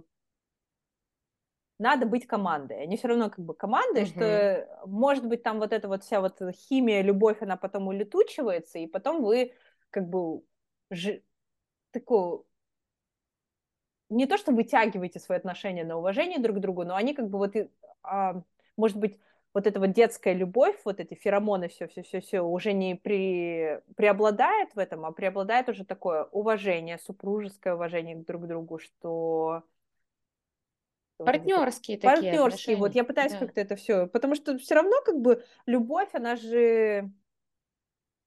надо быть командой. Они все равно как бы командой, Мгм. что, может быть, там вот эта вот вся вот химия, любовь, она потом улетучивается, и потом вы как бы ж... такую не то, что вытягиваете свои отношения на уважение друг к другу, но они как бы вот, и, а, может быть, вот эта вот детская любовь, вот эти феромоны, все-все-все-все уже не при, преобладает в этом, а преобладает уже такое уважение, супружеское уважение друг к другу, что вот эти так- Партнерские такие партнерские, вот отношения, я пытаюсь да. как-то это все, потому что все равно как бы любовь, она же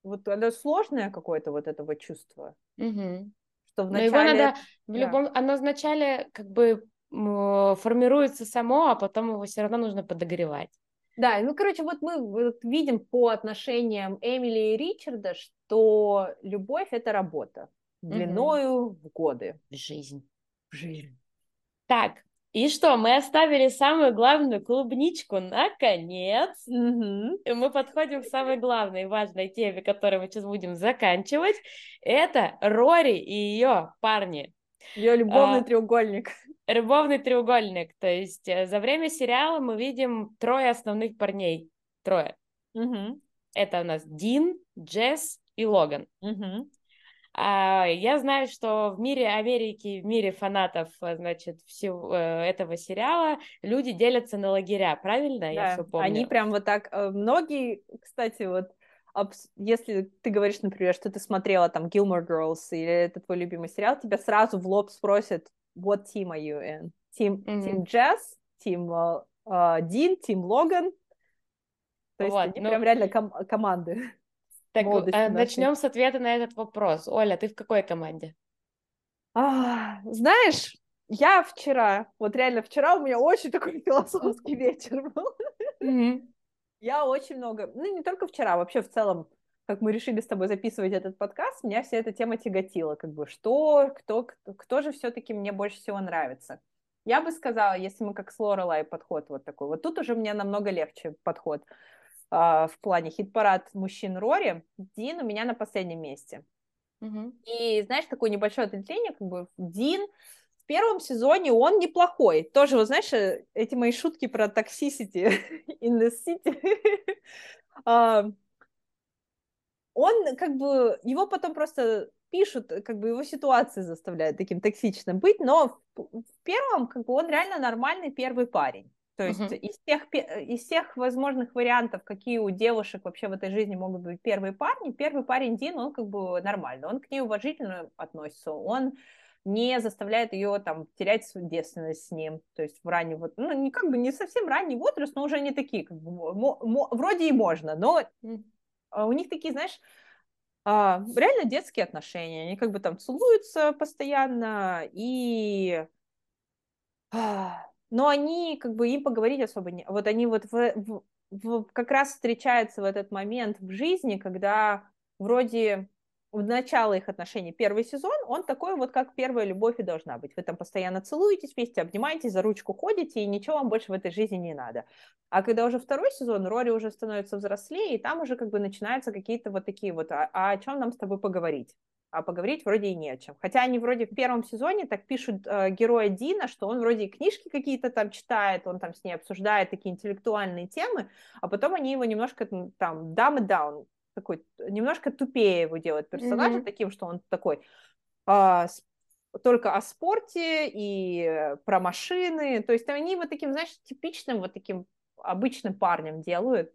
вот оно сложное какое-то вот это вот чувство, Угу. что Но его вначале, надо в да. любом... Оно вначале как бы м, формируется само, а потом его все равно нужно подогревать. Да, ну, короче, вот мы вот видим по отношениям Эмили и Ричарда, что любовь — это работа Угу. длиною в годы. Жизнь. В жизнь. Так, и что, мы оставили самую главную клубничку наконец. Мгм. И мы подходим к самой главной важной теме, которую мы сейчас будем заканчивать. Это Рори и ее парни. Ее любовный А, треугольник. Любовный треугольник. То есть э, за время сериала мы видим трое основных парней. Трое. Мгм. Это у нас Дин, Джесс и Логан. Мгм. А, я знаю, что в мире Америки, в мире фанатов, э, значит, всего э, этого сериала люди делятся на лагеря, правильно? Я Да, все они помню. прям вот так, э, многие, кстати, вот, абс- если ты говоришь, например, что ты смотрела там Gilmore Girls или это твой любимый сериал, тебя сразу в лоб спросят, what team are you in? Team, Мгм. team Jess, team э, э, Dean, team Logan, то есть Вот, они ну, прям реально ком- команды так молодости э, нашей. начнем с ответа на этот вопрос. Оля, ты в какой команде? А, знаешь, я вчера, вот реально вчера у меня очень такой философский вечер был. Мгм. Я очень много, ну не только вчера, вообще в целом, как мы решили с тобой записывать этот подкаст, меня вся эта тема тяготила, как бы, что, кто, кто, кто же все-таки мне больше всего нравится. Я бы сказала, если мы как с Лорелай подход вот такой, вот тут уже мне намного легче подход а, в плане хит-парад мужчин Рори, Дин у меня на последнем месте. Мгм. И знаешь, такое небольшое ответвление, как бы Дин в первом сезоне он неплохой. Тоже, вот знаешь, э, эти мои шутки про toxicity in the city, а, он как бы, его потом просто пишут, как бы его ситуации заставляют таким токсичным быть, но в, в первом как бы он реально нормальный первый парень. То есть Мгм. из всех, из всех возможных вариантов, какие у девушек вообще в этой жизни могут быть первые парни, первый парень Дин, он как бы нормальный, он к ней уважительно относится, он не заставляет ее там терять свою девственность с ним, то есть в ранний вот, ну не как бы не совсем ранний возраст, но уже не такие, как бы, мо- мо- вроде и можно, но Мгм. а у них такие, знаешь, а, реально детские отношения. Они как бы там целуются постоянно, и... а, но они как бы им поговорить особо не... Вот они вот в, в- в- как раз встречаются в этот момент в жизни, когда вроде в начало их отношений первый сезон, он такой вот, как первая любовь и должна быть. Вы там постоянно целуетесь вместе, обнимаетесь, за ручку ходите, и ничего вам больше в этой жизни не надо. А когда уже второй сезон, Рори уже становится взрослее, и там уже как бы начинаются какие-то вот такие вот, а, а о чем нам с тобой поговорить? А поговорить вроде и не о чем. Хотя они вроде в первом сезоне так пишут э, героя Дина, что он вроде и книжки какие-то там читает, он там с ней обсуждает такие интеллектуальные темы, а потом они его немножко там dumb it down, такой немножко тупее его делают персонажа, Мгм. таким, что он такой а, с- только о спорте и э, про машины. То есть они вот таким, знаешь, типичным вот таким обычным парнем делают.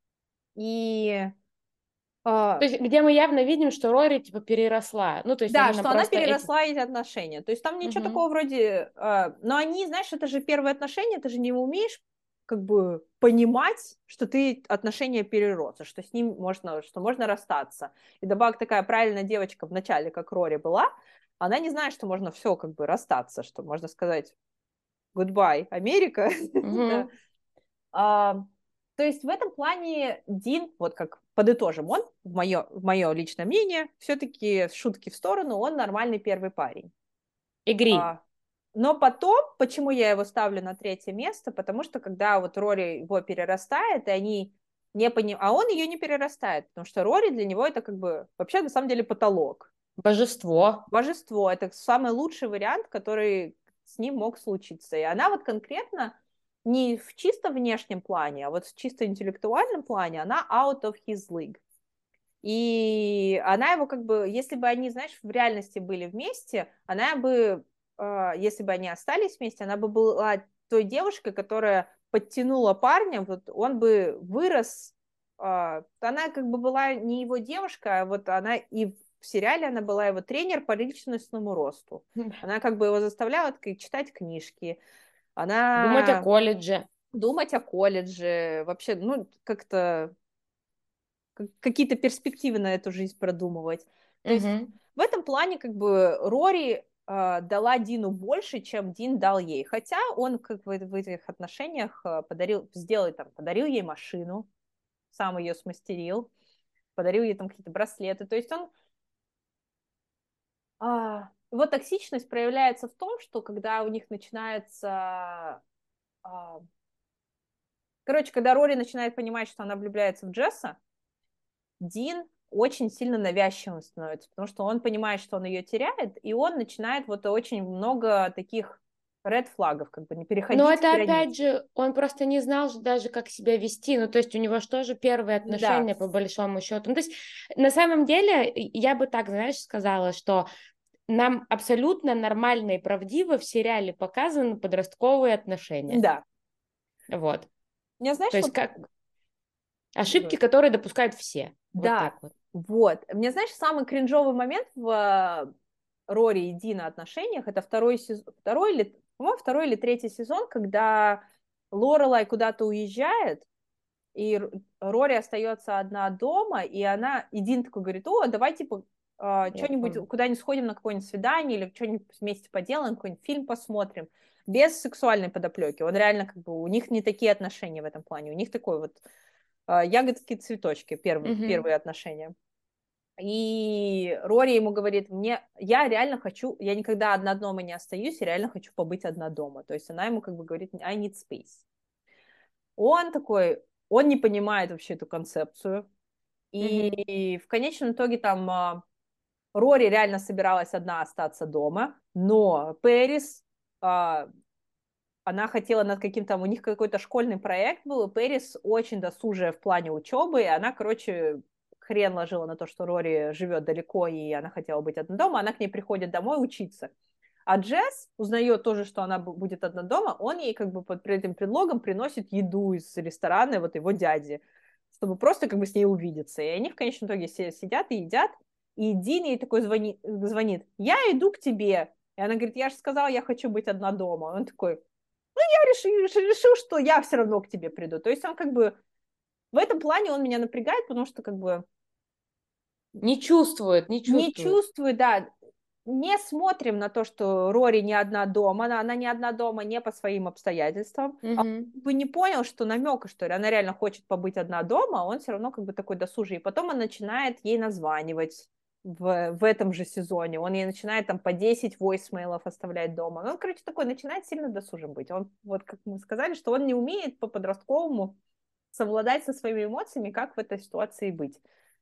И То а, есть, где мы явно видим, что Рори, типа, переросла. Ну, то есть, да, они нам что она просто эти... переросла эти отношения. То есть там ничего Мгм. такого вроде... а, но они, знаешь, это же первые отношения, ты же не умеешь как бы понимать, что ты отношения перерос, и что с ним можно, что можно расстаться. И добавок такая правильная девочка в начале, как Рори была, она не знает, что можно все как бы расстаться, что можно сказать goodbye, Америка. Да. Мгм. А, то есть в этом плане Дин, вот как подытожим, он, в мое, в мое личное мнение, все-таки шутки в сторону, он нормальный первый парень. Игри. А, но потом, почему я его ставлю на третье место, потому что когда вот Рори его перерастает, и они не понимают, а он ее не перерастает, потому что Рори для него это как бы вообще на самом деле потолок. Божество. Божество, это самый лучший вариант, который с ним мог случиться. И она вот конкретно не в чисто внешнем плане, а вот в чисто интеллектуальном плане, она out of his league. И она его как бы, если бы они, знаешь, в реальности были вместе, она бы, э, если бы они остались вместе, она бы была той девушкой, которая подтянула парня, вот он бы вырос, э, она как бы была не его девушка, а вот она и в сериале она была его тренер по личностному росту. Она как бы его заставляла так, читать книжки, Думать о она колледже. думать о колледже, вообще, ну, как-то какие-то перспективы на эту жизнь продумывать. То есть Угу. в этом плане как бы Рори э, дала Дину больше, чем Дин дал ей. Хотя он как бы в этих отношениях э, подарил, сделал, там, подарил ей машину, сам ее смастерил, подарил ей там какие-то браслеты. То есть он... А, его токсичность проявляется в том, что когда у них начинается... А, короче, когда Рори начинает понимать, что она влюбляется в Джесса, Дин очень сильно навязчивым становится, потому что он понимает, что он ее теряет, и он начинает вот очень много таких ред флагов, как бы не Но переходить это границ. опять же, он просто не знал же даже, как себя вести. Ну, то есть у него же тоже первые Да, отношения, по большому счету. Ну, то есть на самом деле, я бы так, знаешь, сказала, что нам абсолютно нормально и правдиво в сериале показаны подростковые отношения. да. Вот. Мне, знаешь, То есть вот... как ошибки, которые допускают все. Вот Да, так вот. вот. Мне, знаешь, самый кринжовый момент в э, Рори и Дина отношениях, это второй сезон, второй или, по-моему, второй или третий сезон, когда Лорелай куда-то уезжает, и Рори остается одна дома, и она, и Дин такой говорит, о, давай, типа, э, Я что-нибудь, помню. куда-нибудь сходим на какое-нибудь свидание, или что-нибудь вместе поделаем, какой-нибудь фильм посмотрим, без сексуальной подоплеки. Он реально, как бы, у них не такие отношения в этом плане, у них такой вот э, ягодки, цветочки, первые, Мгм. первые отношения. И Рори ему говорит, мне, я реально хочу, я никогда одна дома не остаюсь, я реально хочу побыть одна дома. То есть она ему как бы говорит, I need space. Он такой, он не понимает вообще эту концепцию. Мгм. И в конечном итоге там а, Рори реально собиралась одна остаться дома, но Пэрис, а, она хотела над каким-то, у них какой-то школьный проект был, и Пэрис очень досужая в плане учебы, и она, короче, хрен ложила на то, что Рори живет далеко, и она хотела быть одна дома, она к ней приходит домой учиться. А Джесс узнает тоже, что она будет одна дома, он ей как бы под этим предлогом приносит еду из ресторана вот его дяди, чтобы просто как бы с ней увидеться. И они в конечном итоге сидят и едят, и Дин ей такой звонит, звонит, я иду к тебе. И она говорит, я же сказала, я хочу быть одна дома. Он такой, я решил, решил, что я все равно к тебе приду. То есть он как бы в этом плане он меня напрягает, потому что как бы Не чувствует, не не чувствует. чувствую, да, не смотрим на то, что Рори не одна дома, она, она не одна дома не по своим обстоятельствам. А Мгм. он бы не понял, что намека, что ли, она реально хочет побыть одна дома, а он все равно как бы такой досужий. И потом он начинает ей названивать в, в этом же сезоне. Он ей начинает там по десять войсмейлов оставлять дома. Ну, он, короче, такой начинает сильно досужим быть. Он, вот как мы сказали, что он не умеет по-подростковому совладать со своими эмоциями, как в этой ситуации быть.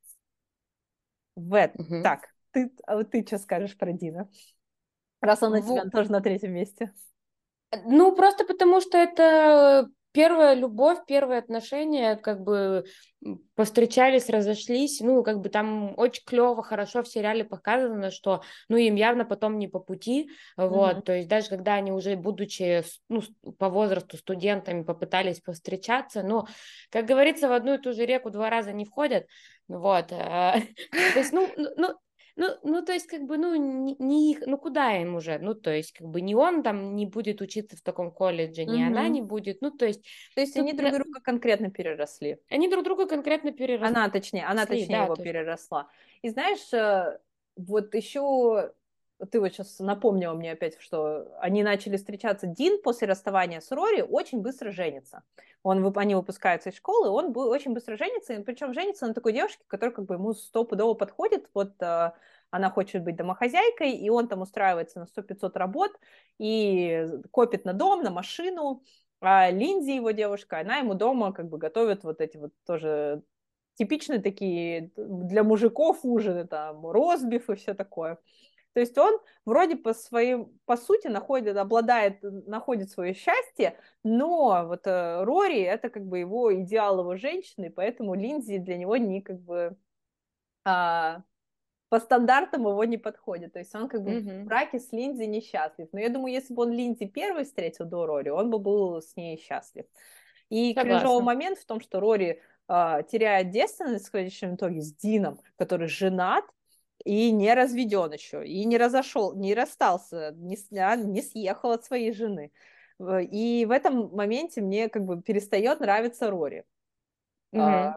В... Мгм. Так, ты, а вот ты что скажешь про Дина? Раз он у тебя Во- тоже на третьем месте. Ну, просто потому что это первая любовь, первые отношения, как бы м, повстречались, разошлись, ну, как бы там очень клево, хорошо в сериале показано, что, ну, им явно потом не по пути, Мгм. вот, то есть даже когда они уже, будучи, с- ну, с- по возрасту студентами попытались повстречаться, ну, как говорится, в одну и ту же реку два раза не входят, вот, а, то есть, ну, ну, ну, ну, ну, то есть, как бы, ну, не, не их, ну, куда им уже? Ну, то есть, как бы, не он там не будет учиться в таком колледже, ни она не Мгм. будет. Ну, то есть, То есть они тут друг на- друга конкретно переросли. они друг друга конкретно переросли, Она точнее, она точнее да, его то есть. переросла. И знаешь, э, вот еще ты вот сейчас напомнила мне опять, что они начали встречаться. Дин после расставания с Рори очень быстро женится. Он, вып- они выпускаются из школы, он бу- очень быстро женится, и причем женится на такой девушке, которая как бы ему стопудово подходит. Вот э, она хочет быть домохозяйкой, и он там устраивается на сто пятьсот работ и копит на дом, на машину. А Линдзи, его девушка, она ему дома как бы готовит вот эти вот тоже типичные такие для мужиков ужины, там, ростбиф и все такое. То есть он вроде по своим, по сути, находит, обладает, находит свое счастье, но вот э, Рори это как бы его идеал его женщины, поэтому Линдзи для него не как бы а, по стандартам его не подходит. То есть он как бы в Мгм. браке с Линдзи несчастлив. Но я думаю, если бы он Линдзи первый встретил до Рори, он бы был с ней счастлив. И кринжовый Согласна. момент в том, что Рори э, теряет девственность в конечном итоге с Дином, который женат и не разведен еще, и не разошел, не расстался, не, сня, не съехал от своей жены. И в этом моменте мне как бы перестает нравиться Рори. Мгм.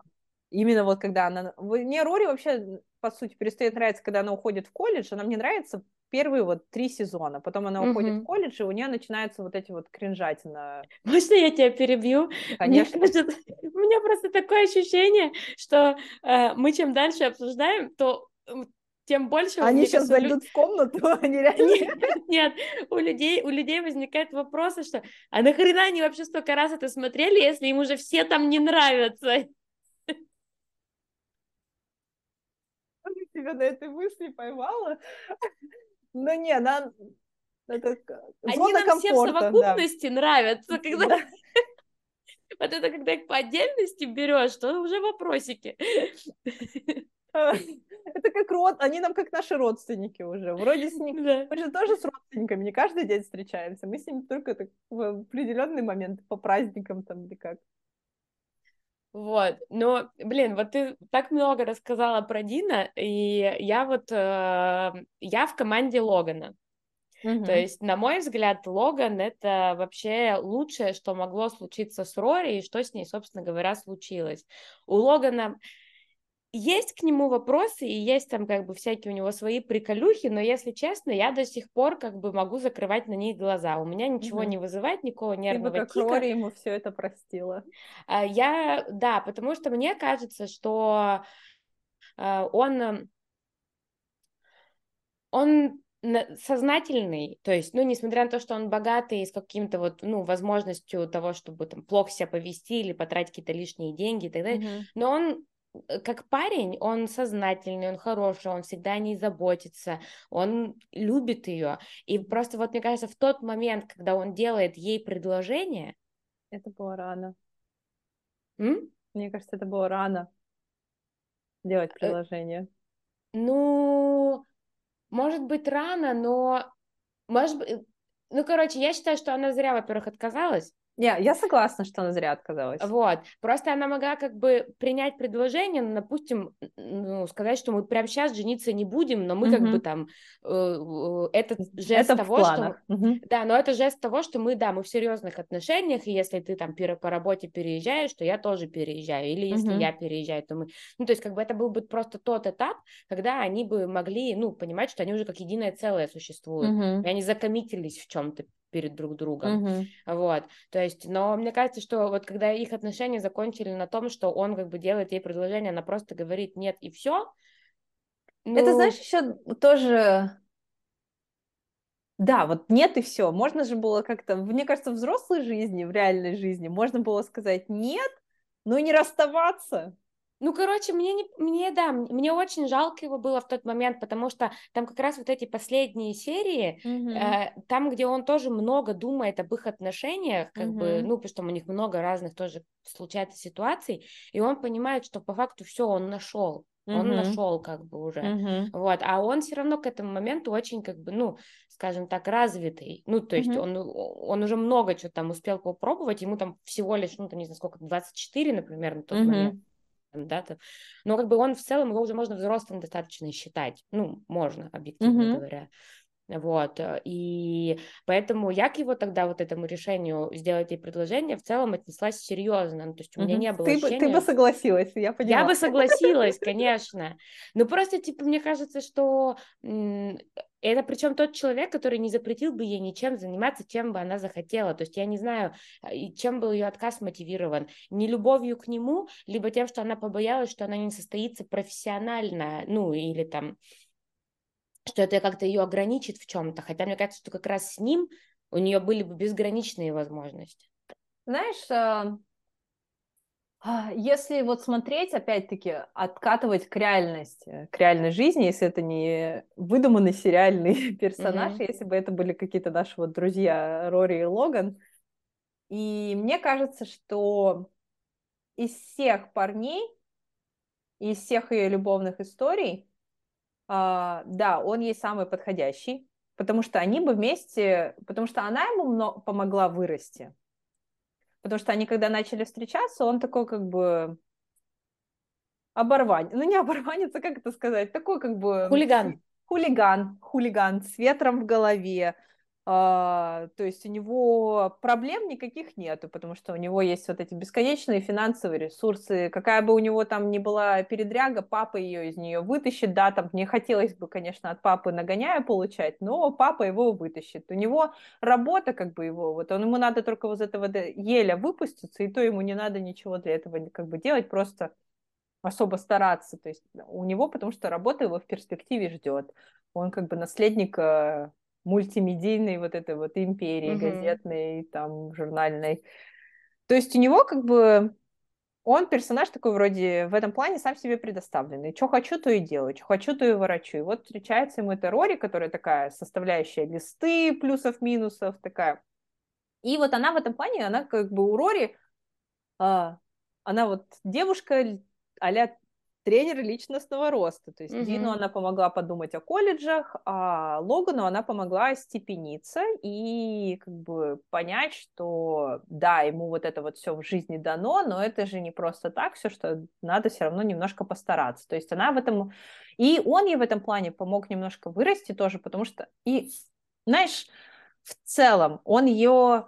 Именно вот когда она... Мне Рори вообще, по сути, перестает нравиться, когда она уходит в колледж. Она мне нравится первые вот три сезона. Потом она уходит в Мгм. колледж, и у нее начинаются вот эти вот кринжатина. Можно я тебя перебью? Мне Конечно. кажется, у меня просто такое ощущение, что э, мы чем дальше обсуждаем, то м, тем больше, Они мне сейчас кажется, у лю- зайдут в комнату, они реально... Нет, нет, у людей, у людей возникает вопрос, что а нахрена они вообще столько раз это смотрели, если им уже все там не нравятся? Тебя на этой мысли поймала. Ну не, она... Это Они зона нам все в комфорта, да. совокупности нравятся, когда Да. вот это когда их по отдельности берешь, то уже вопросики. Это как род, они нам как наши родственники уже. Вроде с ними, Да. мы же тоже с родственниками не каждый день встречаемся. Мы с ними только так в определенный момент по праздникам там или как. Вот, но, блин, вот ты так много рассказала про Дина, и я вот, э, я в команде Логана. То Мгм. есть, на мой взгляд, Логан — это вообще лучшее, что могло случиться с Рори, и что с ней, собственно говоря, случилось. У Логана есть к нему вопросы, и есть там как бы всякие у него свои приколюхи, но, если честно, я до сих пор как бы могу закрывать на них глаза. У меня ничего Мгм. не вызывает, никакого Ты бы нервного как тика. Рори ему все это простила. А Я, да, потому что мне кажется, что а, он, эм, он на- сознательный, то есть, ну, несмотря на то, что он богатый и с каким-то вот, ну, возможностью того, чтобы там плохо себя повести или потратить какие-то лишние деньги и так далее, Мгм. но он э, как парень, он сознательный, он хороший, он всегда о ней заботится, он любит ее. И просто вот мне кажется, в тот момент, когда он делает ей предложение, Это было рано. м, Мне кажется, это было рано делать э, предложение. ну, может быть, рано, но может быть, ну, короче, я считаю, что она зря, во-первых, отказалась. Не, я согласна, что она зря отказалась. Вот, просто она могла как бы принять предложение, ну, допустим, ну, сказать, что мы прямо сейчас жениться не будем, но мы как бы Мгм. там, э, э, это жест Это в того, что, планах. Мгм. да, но это жест того, что мы, да, мы в серьезных отношениях, и если ты там пер- по работе переезжаешь, то я тоже переезжаю, или если Мгм. я переезжаю, то мы, ну, то есть как бы это был бы просто тот этап, когда они бы могли, ну, понимать, что они уже как единое целое существуют, и Мгм. они закоммитились в чем-то перед друг другом, Мгм. вот. То есть, но мне кажется, что вот когда их отношения закончили на том, что он как бы делает ей предложение, она просто говорит нет и все, Это, знаешь, ну, еще тоже... Да, вот нет и все. Можно же было как-то, мне кажется, в взрослой жизни, в реальной жизни, можно было сказать нет, но и не расставаться. ну, короче, мне, не, мне, да, м- мне очень жалко его было в тот момент, потому что там как раз вот эти последние серии, Мгм. э, там, где он тоже много думает об их отношениях, как бы, Мгм. ну, потому что у них много разных тоже случается ситуаций, и он понимает, что по факту все, он нашел. Он Мгм. нашел как бы уже, Мгм. вот, а он все равно к этому моменту очень как бы, ну, скажем так, развитый, ну, то есть Мгм. он, он уже много чего там успел попробовать, ему там всего лишь, ну, там, не знаю, сколько, двадцать четыре, например, на тот момент, Мгм. да, там. Но как бы он в целом, его уже можно взрослым достаточно считать, ну, можно, объективно Мгм. говоря. Вот, э, и поэтому я к его тогда вот этому решению сделать ей предложение в целом отнеслась серьезно, ну, то есть у меня Мгм. не было Ты бы, ты бы ощущения, согласилась, я я поняла. бы согласилась, конечно, но просто, типа, мне кажется, что м, это причем тот человек, который не запретил бы ей ничем заниматься, чем бы она захотела, то есть я не знаю, а, и чем был ее отказ мотивирован, не любовью к нему, либо тем, что она побоялась, что она не состоится профессионально, ну, или там, что это как-то ее ограничит в чем-то, хотя мне кажется, что как раз с ним у нее были бы безграничные возможности. Знаешь, а, а, если вот смотреть, опять-таки, откатывать к реальности, к реальной жизни, если это не выдуманный сериальный персонаж, Мгм. если бы это были какие-то наши вот друзья Рори и Логан. И мне кажется, что из всех парней, из всех ее любовных историй, а, да, он ей самый подходящий, потому что они бы вместе, потому что она ему мно- помогла вырасти. Потому что они, когда начали встречаться, он такой как бы оборванец. Ну, не оборванец, а как это сказать? Такой как бы Хулиган. с- хулиган, хулиган с ветром в голове. А, то есть у него проблем никаких нету, потому что у него есть вот эти бесконечные финансовые ресурсы. Какая бы у него там ни была передряга, папа ее из нее вытащит. Да, там мне хотелось бы, конечно, от папы нагоняя получать, но папа его вытащит. У него работа как бы его, вот он, ему надо только вот из этого еля выпуститься, и то ему не надо ничего для этого как бы делать, просто особо стараться. То есть у него, потому что работа его в перспективе ждет. Он как бы наследник э, мультимедийной вот этой вот империи Мгм. газетной, там, журнальной. То есть у него как бы он персонаж такой вроде в этом плане сам себе предоставленный. Что хочу, то и делаю, что хочу, то и ворочу. И вот встречается ему эта Рори, которая такая составляющая листы плюсов-минусов, такая. И вот она в этом плане, она как бы у Рори а, она вот девушка а-ля тренер личностного роста. То есть Дину Мгм. она помогла подумать о колледжах, а Логану она помогла степениться и как бы понять, что да, ему вот это вот все в жизни дано, но это же не просто так, все, что надо все равно немножко постараться. То есть она в этом... И он ей в этом плане помог немножко вырасти тоже, потому что... И, знаешь, в целом он ее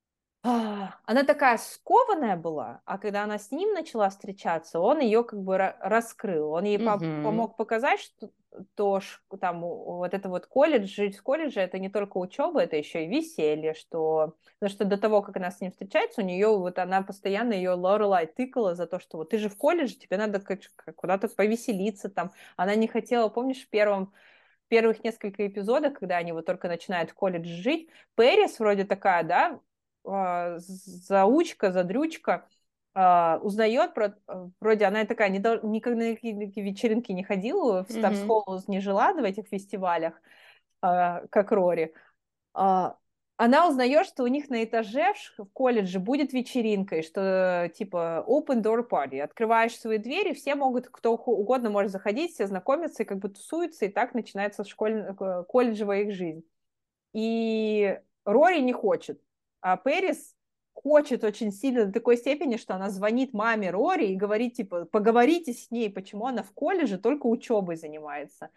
а, она такая скованная была, а когда она с ним начала встречаться, он ее как бы ра- раскрыл. Он ей по- Мгм. помог показать, что то, ш- там у- вот это вот колледж, жить в колледже, это не только учеба, это еще и веселье, что... Потому что до того, как она с ним встречается, у нее вот она постоянно ее Лорелай тыкала за то, что вот ты же в колледже, тебе надо как- как куда-то повеселиться там. Она не хотела, помнишь, в первом первых несколько эпизодов, когда они вот только начинают в колледж жить, Пэрис вроде такая, да, а, заучка, задрючка, а, узнает про... а, Вроде она такая, не дол- никогда на какие вечеринки не ходила, в Stars Мгм. Hollows не жила в этих фестивалях, а, как Рори. А, Она узнает, что у них на этаже в ш- в колледже будет вечеринка, и что типа open door party. Открываешь свои двери, все могут, кто ху- угодно может заходить, все знакомятся и как бы тусуются, и так начинается школь... э, колледжевая их жизнь. И Рори не хочет, а Пэрис хочет очень сильно до такой степени, что она звонит маме Рори и говорит, типа, поговорите с ней, почему она в колледже только учебой занимается.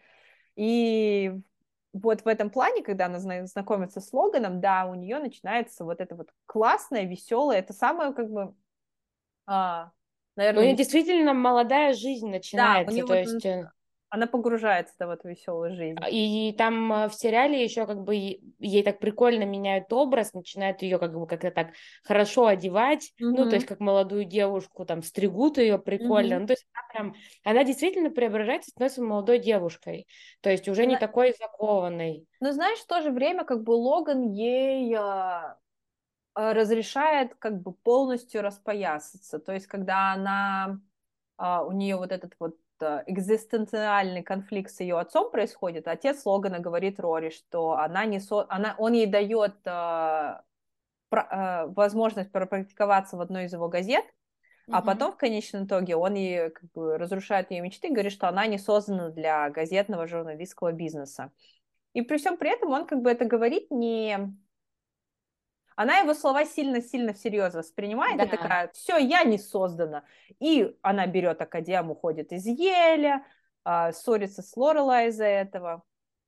И вот в этом плане, когда она зна- знакомится с Логаном, да, у нее начинается вот это вот классное, веселое, это самое как бы, а, У наверное, нее вес... действительно молодая жизнь да, у начинается, нее то вот есть э, она погружается да, в эту веселую жизнь. и там э, в сериале еще как бы е- ей так прикольно меняют образ, начинают ее как бы как-то так хорошо одевать, ну, то есть Угу, как молодую девушку, там, стригут ее прикольно, угу. ну, то есть она прям, она действительно преображается, становится молодой девушкой, то есть уже не такой закованной. Но знаешь, в то же время как бы Логан ей а, а, разрешает как бы полностью распоясаться. То есть когда она, а, у нее вот этот вот а, экзистенциальный конфликт с ее отцом происходит, отец Логана говорит Рори, что она не со... она... он ей дает а, про- а, возможность пропрактиковаться в одной из его газет, а Мгм. потом в конечном итоге он ей как бы разрушает ее мечты, говорит, что она не создана для газетного журналистского бизнеса. И при всем при этом он как бы это говорит не... Она его слова сильно-сильно всерьез воспринимает и Да. такая, все, я не создана. И она берет академ, уходит из Еля, а, ссорится с Лорелай из-за этого.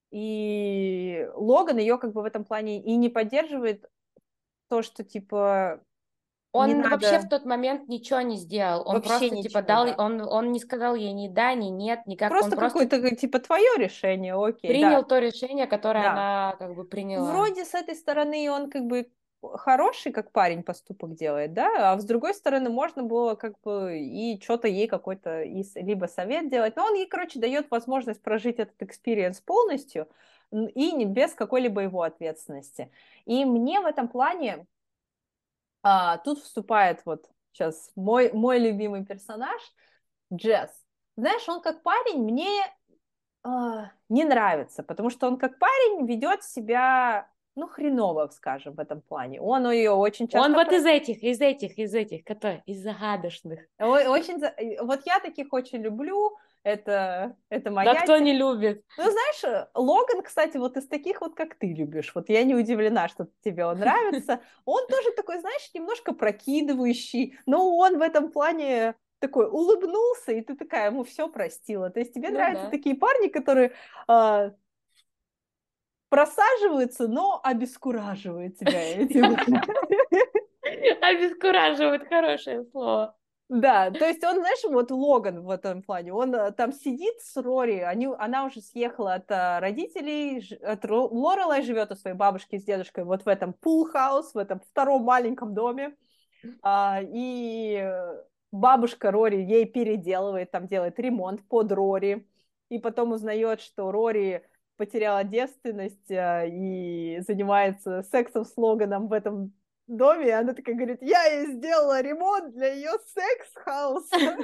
И Логан ее как бы в этом плане и не поддерживает то, что типа не Он вообще в надо тот момент ничего не сделал. Он вообще просто типа ничего, дал, да. он, он не сказал ей ни да, ни нет, никак. Он Просто просто какое-то типа твое решение, окей, принял да, то решение, которое да. она как бы приняла. Вроде с этой стороны он как бы хороший, как парень, поступок делает, да, а с другой стороны можно было как бы и что-то ей какой-то из- либо совет делать, но он ей, короче, дает возможность прожить этот экспириенс полностью и не без какой-либо его ответственности. И мне в этом плане а, тут вступает вот сейчас мой, мой любимый персонаж Джесс. Знаешь, он как парень мне а, не нравится, потому что он как парень ведет себя, ну, хреново, скажем, в этом плане. Он ее очень Он часто... вот про- из этих, из этих, из этих, которые, из загадочных. Ой, очень... за- э, Вот я таких очень люблю, это, это Да моя кто тема. не любит? Ну, знаешь, э, Логан, кстати, вот из таких вот, как ты любишь. Вот я не удивлена, что тебе он нравится. Он тоже такой, знаешь, немножко прокидывающий, но он в этом плане такой улыбнулся, и ты такая ему все простила. То есть тебе Ну нравятся да. такие парни, которые а, просаживаются, но обескураживают тебя этим. Обескураживает, хорошее слово. Да, то есть он, знаешь, вот Логан в этом плане, он э, там сидит с Рори, они, она уже съехала от э, родителей, ж- от Ро- Лорелай живет у своей бабушки с дедушкой вот в этом пул-хаус, в этом втором маленьком доме, а, и э, бабушка Рори ей переделывает, там делает ремонт под Рори, и потом узнает, что Рори потеряла девственность э, и занимается сексом с Логаном в этом доме, и она такая говорит, я ей сделала ремонт для ее секс-хауса.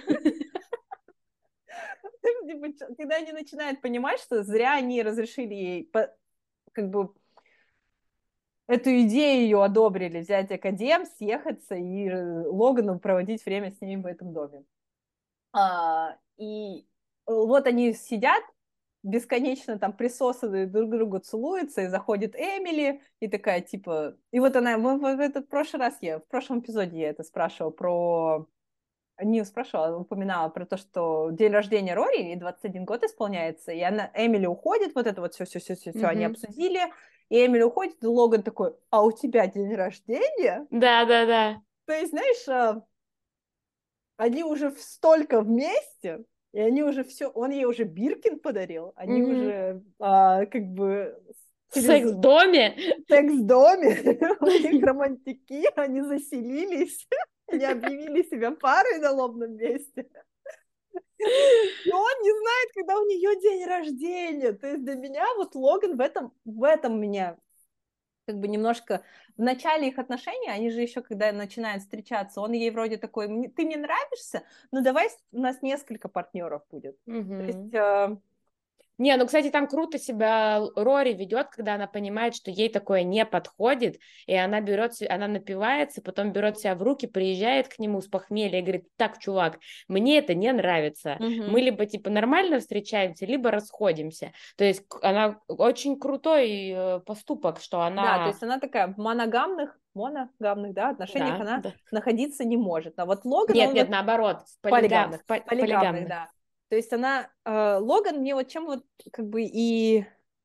Когда они начинают понимать, что зря они разрешили ей как бы эту идею ее одобрили, взять академ, съехаться и Логану проводить время с ними в этом доме. А, и вот они сидят, бесконечно там присосанные друг к другу целуются, и заходит Эмили, и такая, типа... И вот она, в, в, в этот прошлый раз я, в прошлом эпизоде я это спрашивала про... Не спрашивала, упоминала про то, что день рождения Рори, ей двадцать один год исполняется, и она, Эмили уходит, вот это вот все-все-все-все, mm-hmm. они обсудили, и Эмили уходит, и Логан такой, а у тебя день рождения? Да-да-да. То есть, знаешь, они уже столько вместе, и они уже все, он ей уже Биркин подарил, они mm-hmm. уже а, как бы... Секс в доме? Секс в доме, у них романтики, они заселились, они объявили себя парой на лобном месте. Но он не знает, когда у нее день рождения. То есть для меня вот Логан в этом, в этом меня как бы немножко... В начале их отношений, они же еще, когда начинают встречаться, он ей вроде такой, ты мне нравишься, ну давай у нас несколько партнеров будет. Mm-hmm. То есть... Э... Не, ну, кстати, там круто себя Рори ведет, когда она понимает, что ей такое не подходит, и она берет, она напивается, потом берет себя в руки, приезжает к нему с похмелья и говорит, так, чувак, мне это не нравится, mm-hmm. мы либо, типа, нормально встречаемся, либо расходимся. То есть она очень крутой поступок, что она... Да, то есть она такая в моногамных, моногамных, да, отношениях да, она да. находиться не может. А вот Логан... Нет, он нет, вот... наоборот, в полигамных, полигамных, полигамных, полигамных, да. То есть она, э, Логан мне вот чем вот как бы и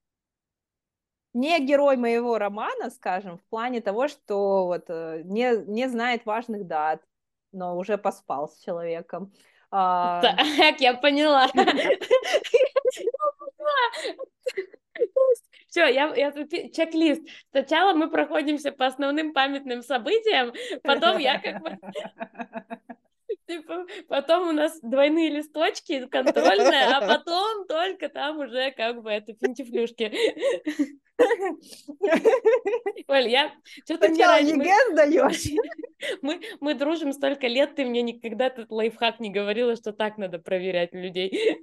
не герой моего романа, скажем, в плане того, что вот э, не, не знает важных дат, но уже поспал с человеком. А... Так, я поняла. Все, я, я чек-лист. Сначала мы проходимся по основным памятным событиям, потом я как бы... Типа, потом у нас двойные листочки контрольные, а потом только там уже как бы это финтифлюшки. Оль, я... Что ты мне раньше... ЕГЭ сдаешь? Мы, мы дружим столько лет, ты мне никогда этот лайфхак не говорила, что так надо проверять людей.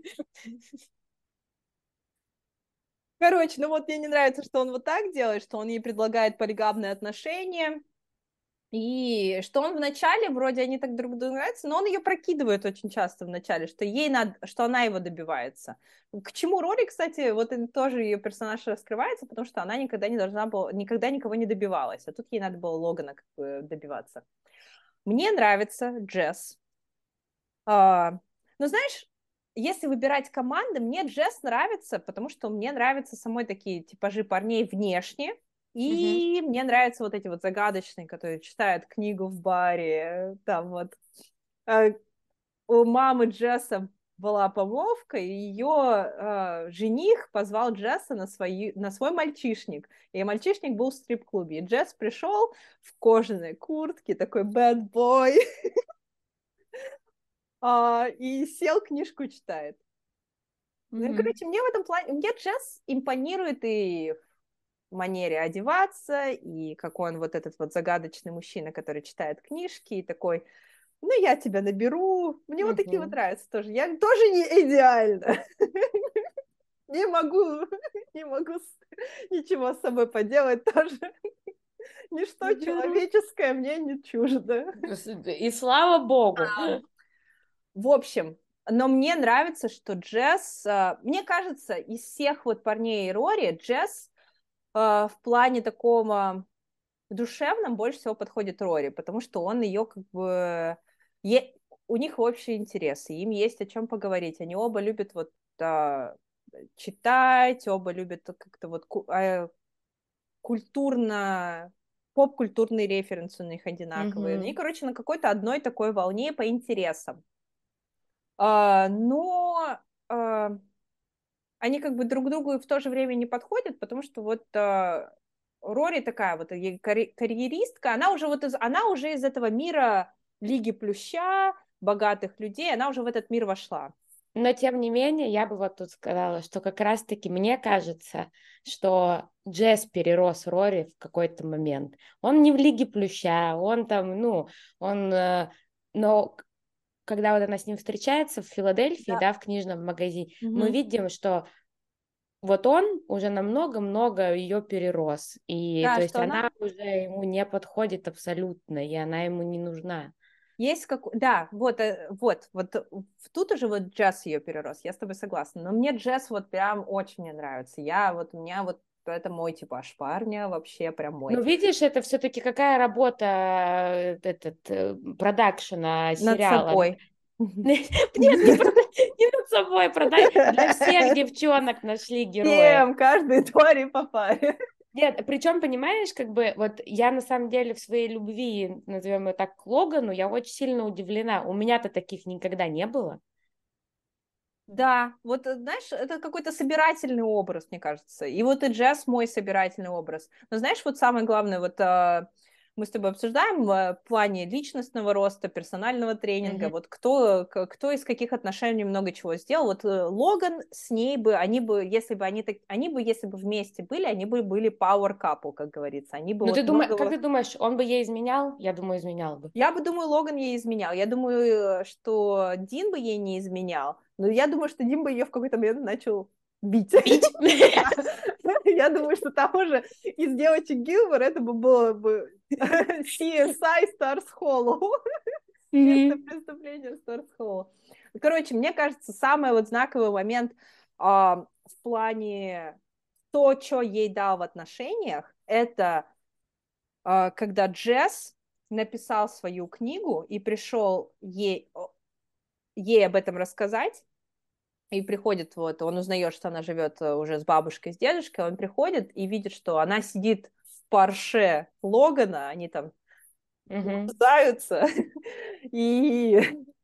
Короче, ну вот мне не нравится, что он вот так делает, что он ей предлагает полигамные отношения, и что он вначале, вроде они так друг другу нравятся, но он ее прокидывает очень часто вначале, что ей надо, что она его добивается. К чему Рори, кстати, вот тоже ее персонаж раскрывается, потому что она никогда не должна была, никогда никого не добивалась, а тут ей надо было Логана как бы добиваться. Мне нравится Джесс. А, ну, знаешь, если выбирать команды, мне Джесс нравится, потому что мне нравятся самой такие типажи парней внешне, и mm-hmm. мне нравятся вот эти вот загадочные, которые читают книгу в баре, там вот. А, у мамы Джесса была помолвка, и ее э, жених позвал Джесса на, свои, на свой мальчишник, и мальчишник был в стрип-клубе, и Джесс пришел в кожаной куртке, такой bad boy, и сел, книжку читает. Mm-hmm. Ну, короче, мне в этом плане... Мне Джесс импонирует и в манере одеваться, и какой он вот этот вот загадочный мужчина, который читает книжки, и такой, ну, я тебя наберу. Мне mm-hmm. вот такие вот нравятся тоже. Я тоже не идеальна. Не могу, не могу ничего с собой поделать тоже. Ничто человеческое мне не чуждо. И слава богу. В общем, но мне нравится, что Джесс, мне кажется, из всех вот парней Рори, Джесс в плане такого душевном больше всего подходит Рори, потому что он ее как бы... У них общие интересы, им есть о чем поговорить. Они оба любят вот читать, оба любят как-то вот культурно, поп-культурные референсы у них одинаковые. Они, Мгм. короче, на какой-то одной такой волне по интересам. А, но а, они как бы друг другу в то же время не подходят, потому что вот а, Рори такая вот ей карь- карьеристка, она уже вот из, она уже из этого мира Лиги Плюща, богатых людей, она уже в этот мир вошла. Но, тем не менее, я бы вот тут сказала, что как раз-таки мне кажется, что Джесс перерос Рори в какой-то момент. Он не в Лиге Плюща, он там, ну, он... э, но к- когда вот она с ним встречается в Филадельфии, Да. да, в книжном магазине, мы Мгм. видим, что вот он уже намного-много ее перерос. И Да, то есть что она она уже ему не подходит абсолютно, и она ему не нужна. есть как... Да, вот, э, вот, вот э, в- тут уже вот джаз ее перерос, я с тобой согласна. Но мне джаз вот прям очень не нравится. Я вот, у меня вот это мой типаж парня, вообще прям мой. Ну, видишь, это все-таки какая работа э, этот э, продакшена Над сериала. собой. Нет, не, прода- не над собой продай. Для всех девчонок нашли героев. Всем, каждой твари по паре. Нет, причем, понимаешь, как бы вот я на самом деле в своей любви, назовем ее так, к Логану, я очень сильно удивлена. У меня-то таких никогда не было. Да, вот э, знаешь, это какой-то собирательный образ, мне кажется. И вот и джаз мой собирательный образ. Но знаешь, вот самое главное, вот э, мы с тобой обсуждаем э, в плане личностного роста, персонального тренинга, Мгм. вот кто, к- кто из каких отношений много чего сделал. Вот э, Логан с ней бы, они бы, если бы они так, они бы, если бы вместе были, они бы были power couple, как говорится. Они бы Ну, ты вот думаешь, как ты много... думаешь, он бы ей изменял? Я думаю, изменял бы. Я бы думаю, Логан ей изменял. Я думаю, э, что Дин бы ей не изменял. Но я думаю, что Дин бы ее в какой-то момент начал бить. Бить? Да. Я думаю, что там уже из девочек Гилмор это бы было бы си эс ай Stars Hollow. Место Мгм. преступления Stars Hollow. Короче, мне кажется, самый вот знаковый момент а, в плане то, что ей дал в отношениях, это а, когда Джесс написал свою книгу и пришел ей, ей об этом рассказать, и приходит вот, он узнает, что она живет э, уже с бабушкой, с дедушкой, он приходит и видит, что она сидит в Порше Логана, они там Мгм. лобзаются, и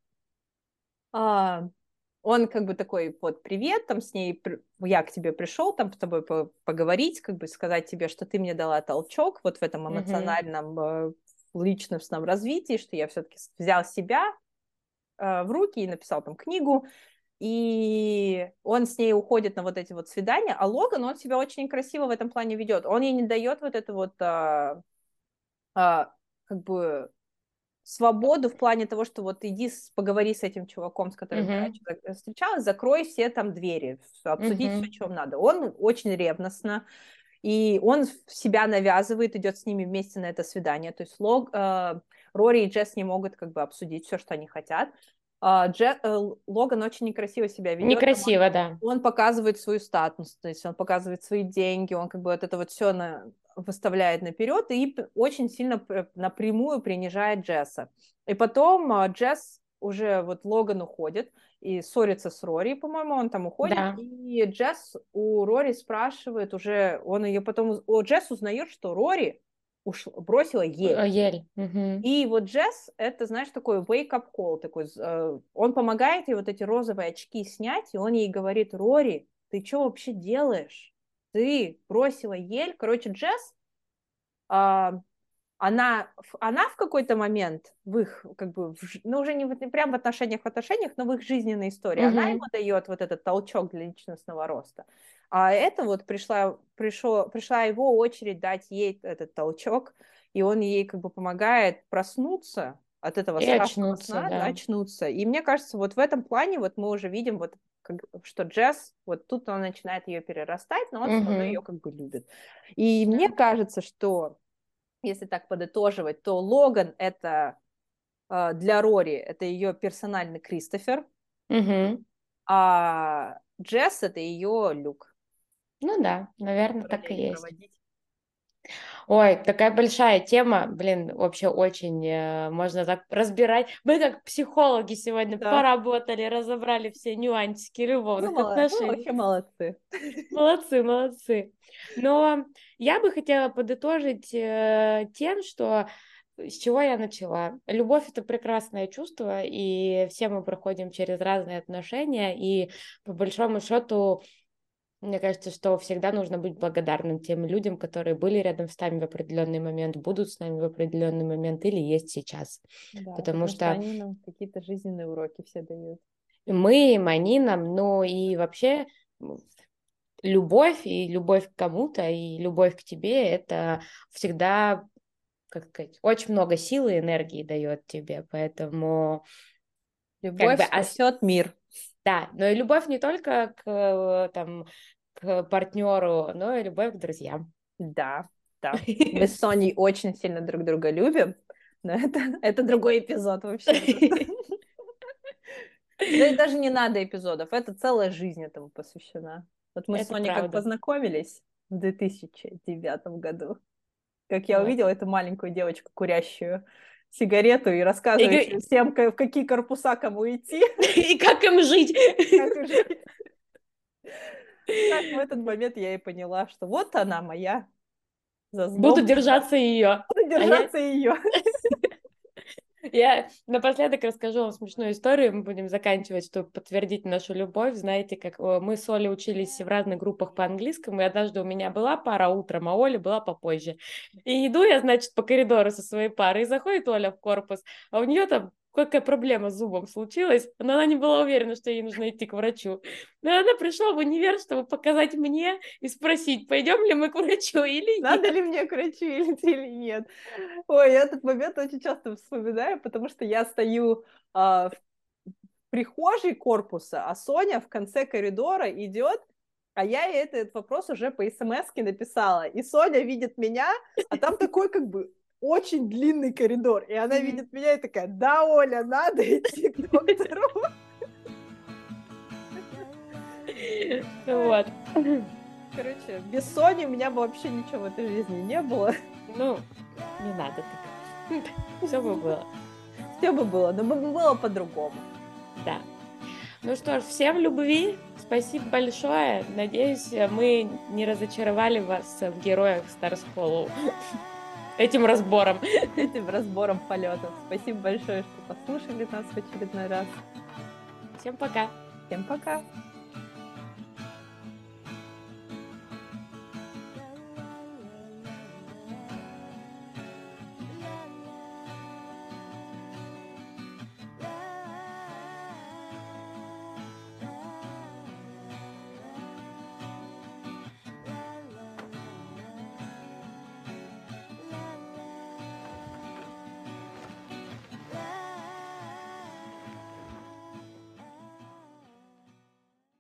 а, он как бы такой, вот, привет, там с ней, я к тебе пришел, там с тобой поговорить, как бы сказать тебе, что ты мне дала толчок вот в этом Мгм. эмоциональном, э, личностном развитии, что я все-таки взял себя э, в руки и написал там книгу, и он с ней уходит на вот эти вот свидания, а Логан, он себя очень красиво в этом плане ведет. Он ей не дает вот это вот а, а, как бы свободу в плане того, что вот иди с, поговори с этим чуваком, с которым ты Мгм. раньше встречалась, закрой все там двери, обсудить все, Мгм. что вам надо. Он очень ревностно, и он себя навязывает, идет с ними вместе на это свидание. То есть Лог, э, Рори и Джесс не могут как бы обсудить все, что они хотят. А, Дже, э, Логан очень некрасиво себя ведет. Там он, Некрасиво, да. он показывает свою статус, то есть он показывает свои деньги, он как бы вот это вот все на, выставляет наперед и очень сильно напрямую принижает Джесса. И потом а, Джесс уже вот Логан уходит и ссорится с Рори, по-моему, он там уходит, Да. и Джесс у Рори спрашивает уже, он ее потом, о, Джесс узнает, что Рори ушла, бросила Ель. Э, Ель. Мгм. И вот Джесс, это, знаешь, такой wake-up call, такой, э, он помогает ей вот эти розовые очки снять, и он ей говорит, Рори, ты что вообще делаешь? Ты бросила Ель. Короче, Джесс, а, она, она в какой-то момент в их, как бы, в, ну, уже не, в, не прям в отношениях, в отношениях, но в их жизненной истории, она ему Мгм. дает вот этот толчок для личностного роста. А это вот пришла, пришло, пришла его очередь дать ей этот толчок, и он ей как бы помогает проснуться от этого И страшного очнуться, сна, да. очнуться. И мне кажется, вот в этом плане вот мы уже видим, вот, как, что Джесс, вот тут он начинает ее перерастать, но он все равно ее Мгм. как бы любит. И мне Да. кажется, что если так подытоживать, то Логан это э, для Рори это ее персональный Кристофер, Мгм. а Джесс это ее Люк. Ну да, наверное, так и Параллели есть. проводить. Ой, такая большая тема, блин, вообще очень э, можно так разбирать. Мы как психологи сегодня Да. поработали, разобрали все нюансики Вы, любовных мало... Вы отношений. вообще молодцы. Молодцы, молодцы. Но я бы хотела подытожить э, тем, что с чего я начала. Любовь — это прекрасное чувство, и все мы проходим через разные отношения, и по большому счету, мне кажется, что всегда нужно быть благодарным тем людям, которые были рядом с нами в определенный момент, будут с нами в определенный момент или есть сейчас. Да, Потому потому что что они нам какие-то жизненные уроки все дают. мы, им, они нам, ну и вообще м, любовь и любовь к кому-то и любовь к тебе — это всегда, как сказать, очень много силы и энергии дает тебе, поэтому как Любовь бы, ос- спасет мир. да, но и любовь не только к, э, там, к партнеру, но и любовь к друзьям. Да, да. Мы с Соней очень сильно друг друга любим, но это, это другой эпизод вообще-то. Да и даже не надо эпизодов, это целая жизнь этому посвящена. Вот мы с Это Соней как правда. познакомились в две тысячи девятом году, как я Вот. увидела эту маленькую девочку, курящую сигарету и И, рассказывающую г- всем, ка- в какие корпуса кому идти, и как им жить? как и жить. Так в этот момент я и поняла, что вот она моя Буду зазноба, держаться ее. буду А я, держаться ее. я напоследок расскажу вам смешную историю. Мы будем заканчивать, чтобы подтвердить нашу любовь. Знаете, как э, мы с Олей учились в разных группах по английскому, и однажды у меня была пара утром, а Оля была попозже. И иду я, значит, по коридору со своей парой, и заходит Оля в корпус, а у нее там какая проблема с зубом случилась, но она не была уверена, что ей нужно идти к врачу. Но она пришла в универ, чтобы показать мне и спросить, пойдем ли мы к врачу или Надо нет. ли мне к врачу или, или нет? Ой, я этот момент очень часто вспоминаю, потому что я стою а, в прихожей корпуса, а Соня в конце коридора идет, а я ей этот вопрос уже по смс-ке написала. И Соня видит меня, а там такой как бы очень длинный коридор. И она Мгм. видит меня и такая: да, Оля, надо идти к доктору. Ой, Вот. короче, без Сони у меня бы вообще ничего в этой жизни не было. Ну, не надо так. Все бы было. Все бы было, но бы было по-другому. Да. Ну что ж, всем любви. Спасибо большое. Надеюсь, мы не разочаровали вас в героях Stars Hollow этим разбором. Этим разбором полетов. Спасибо большое, что послушали нас в очередной раз. Всем пока. Всем пока!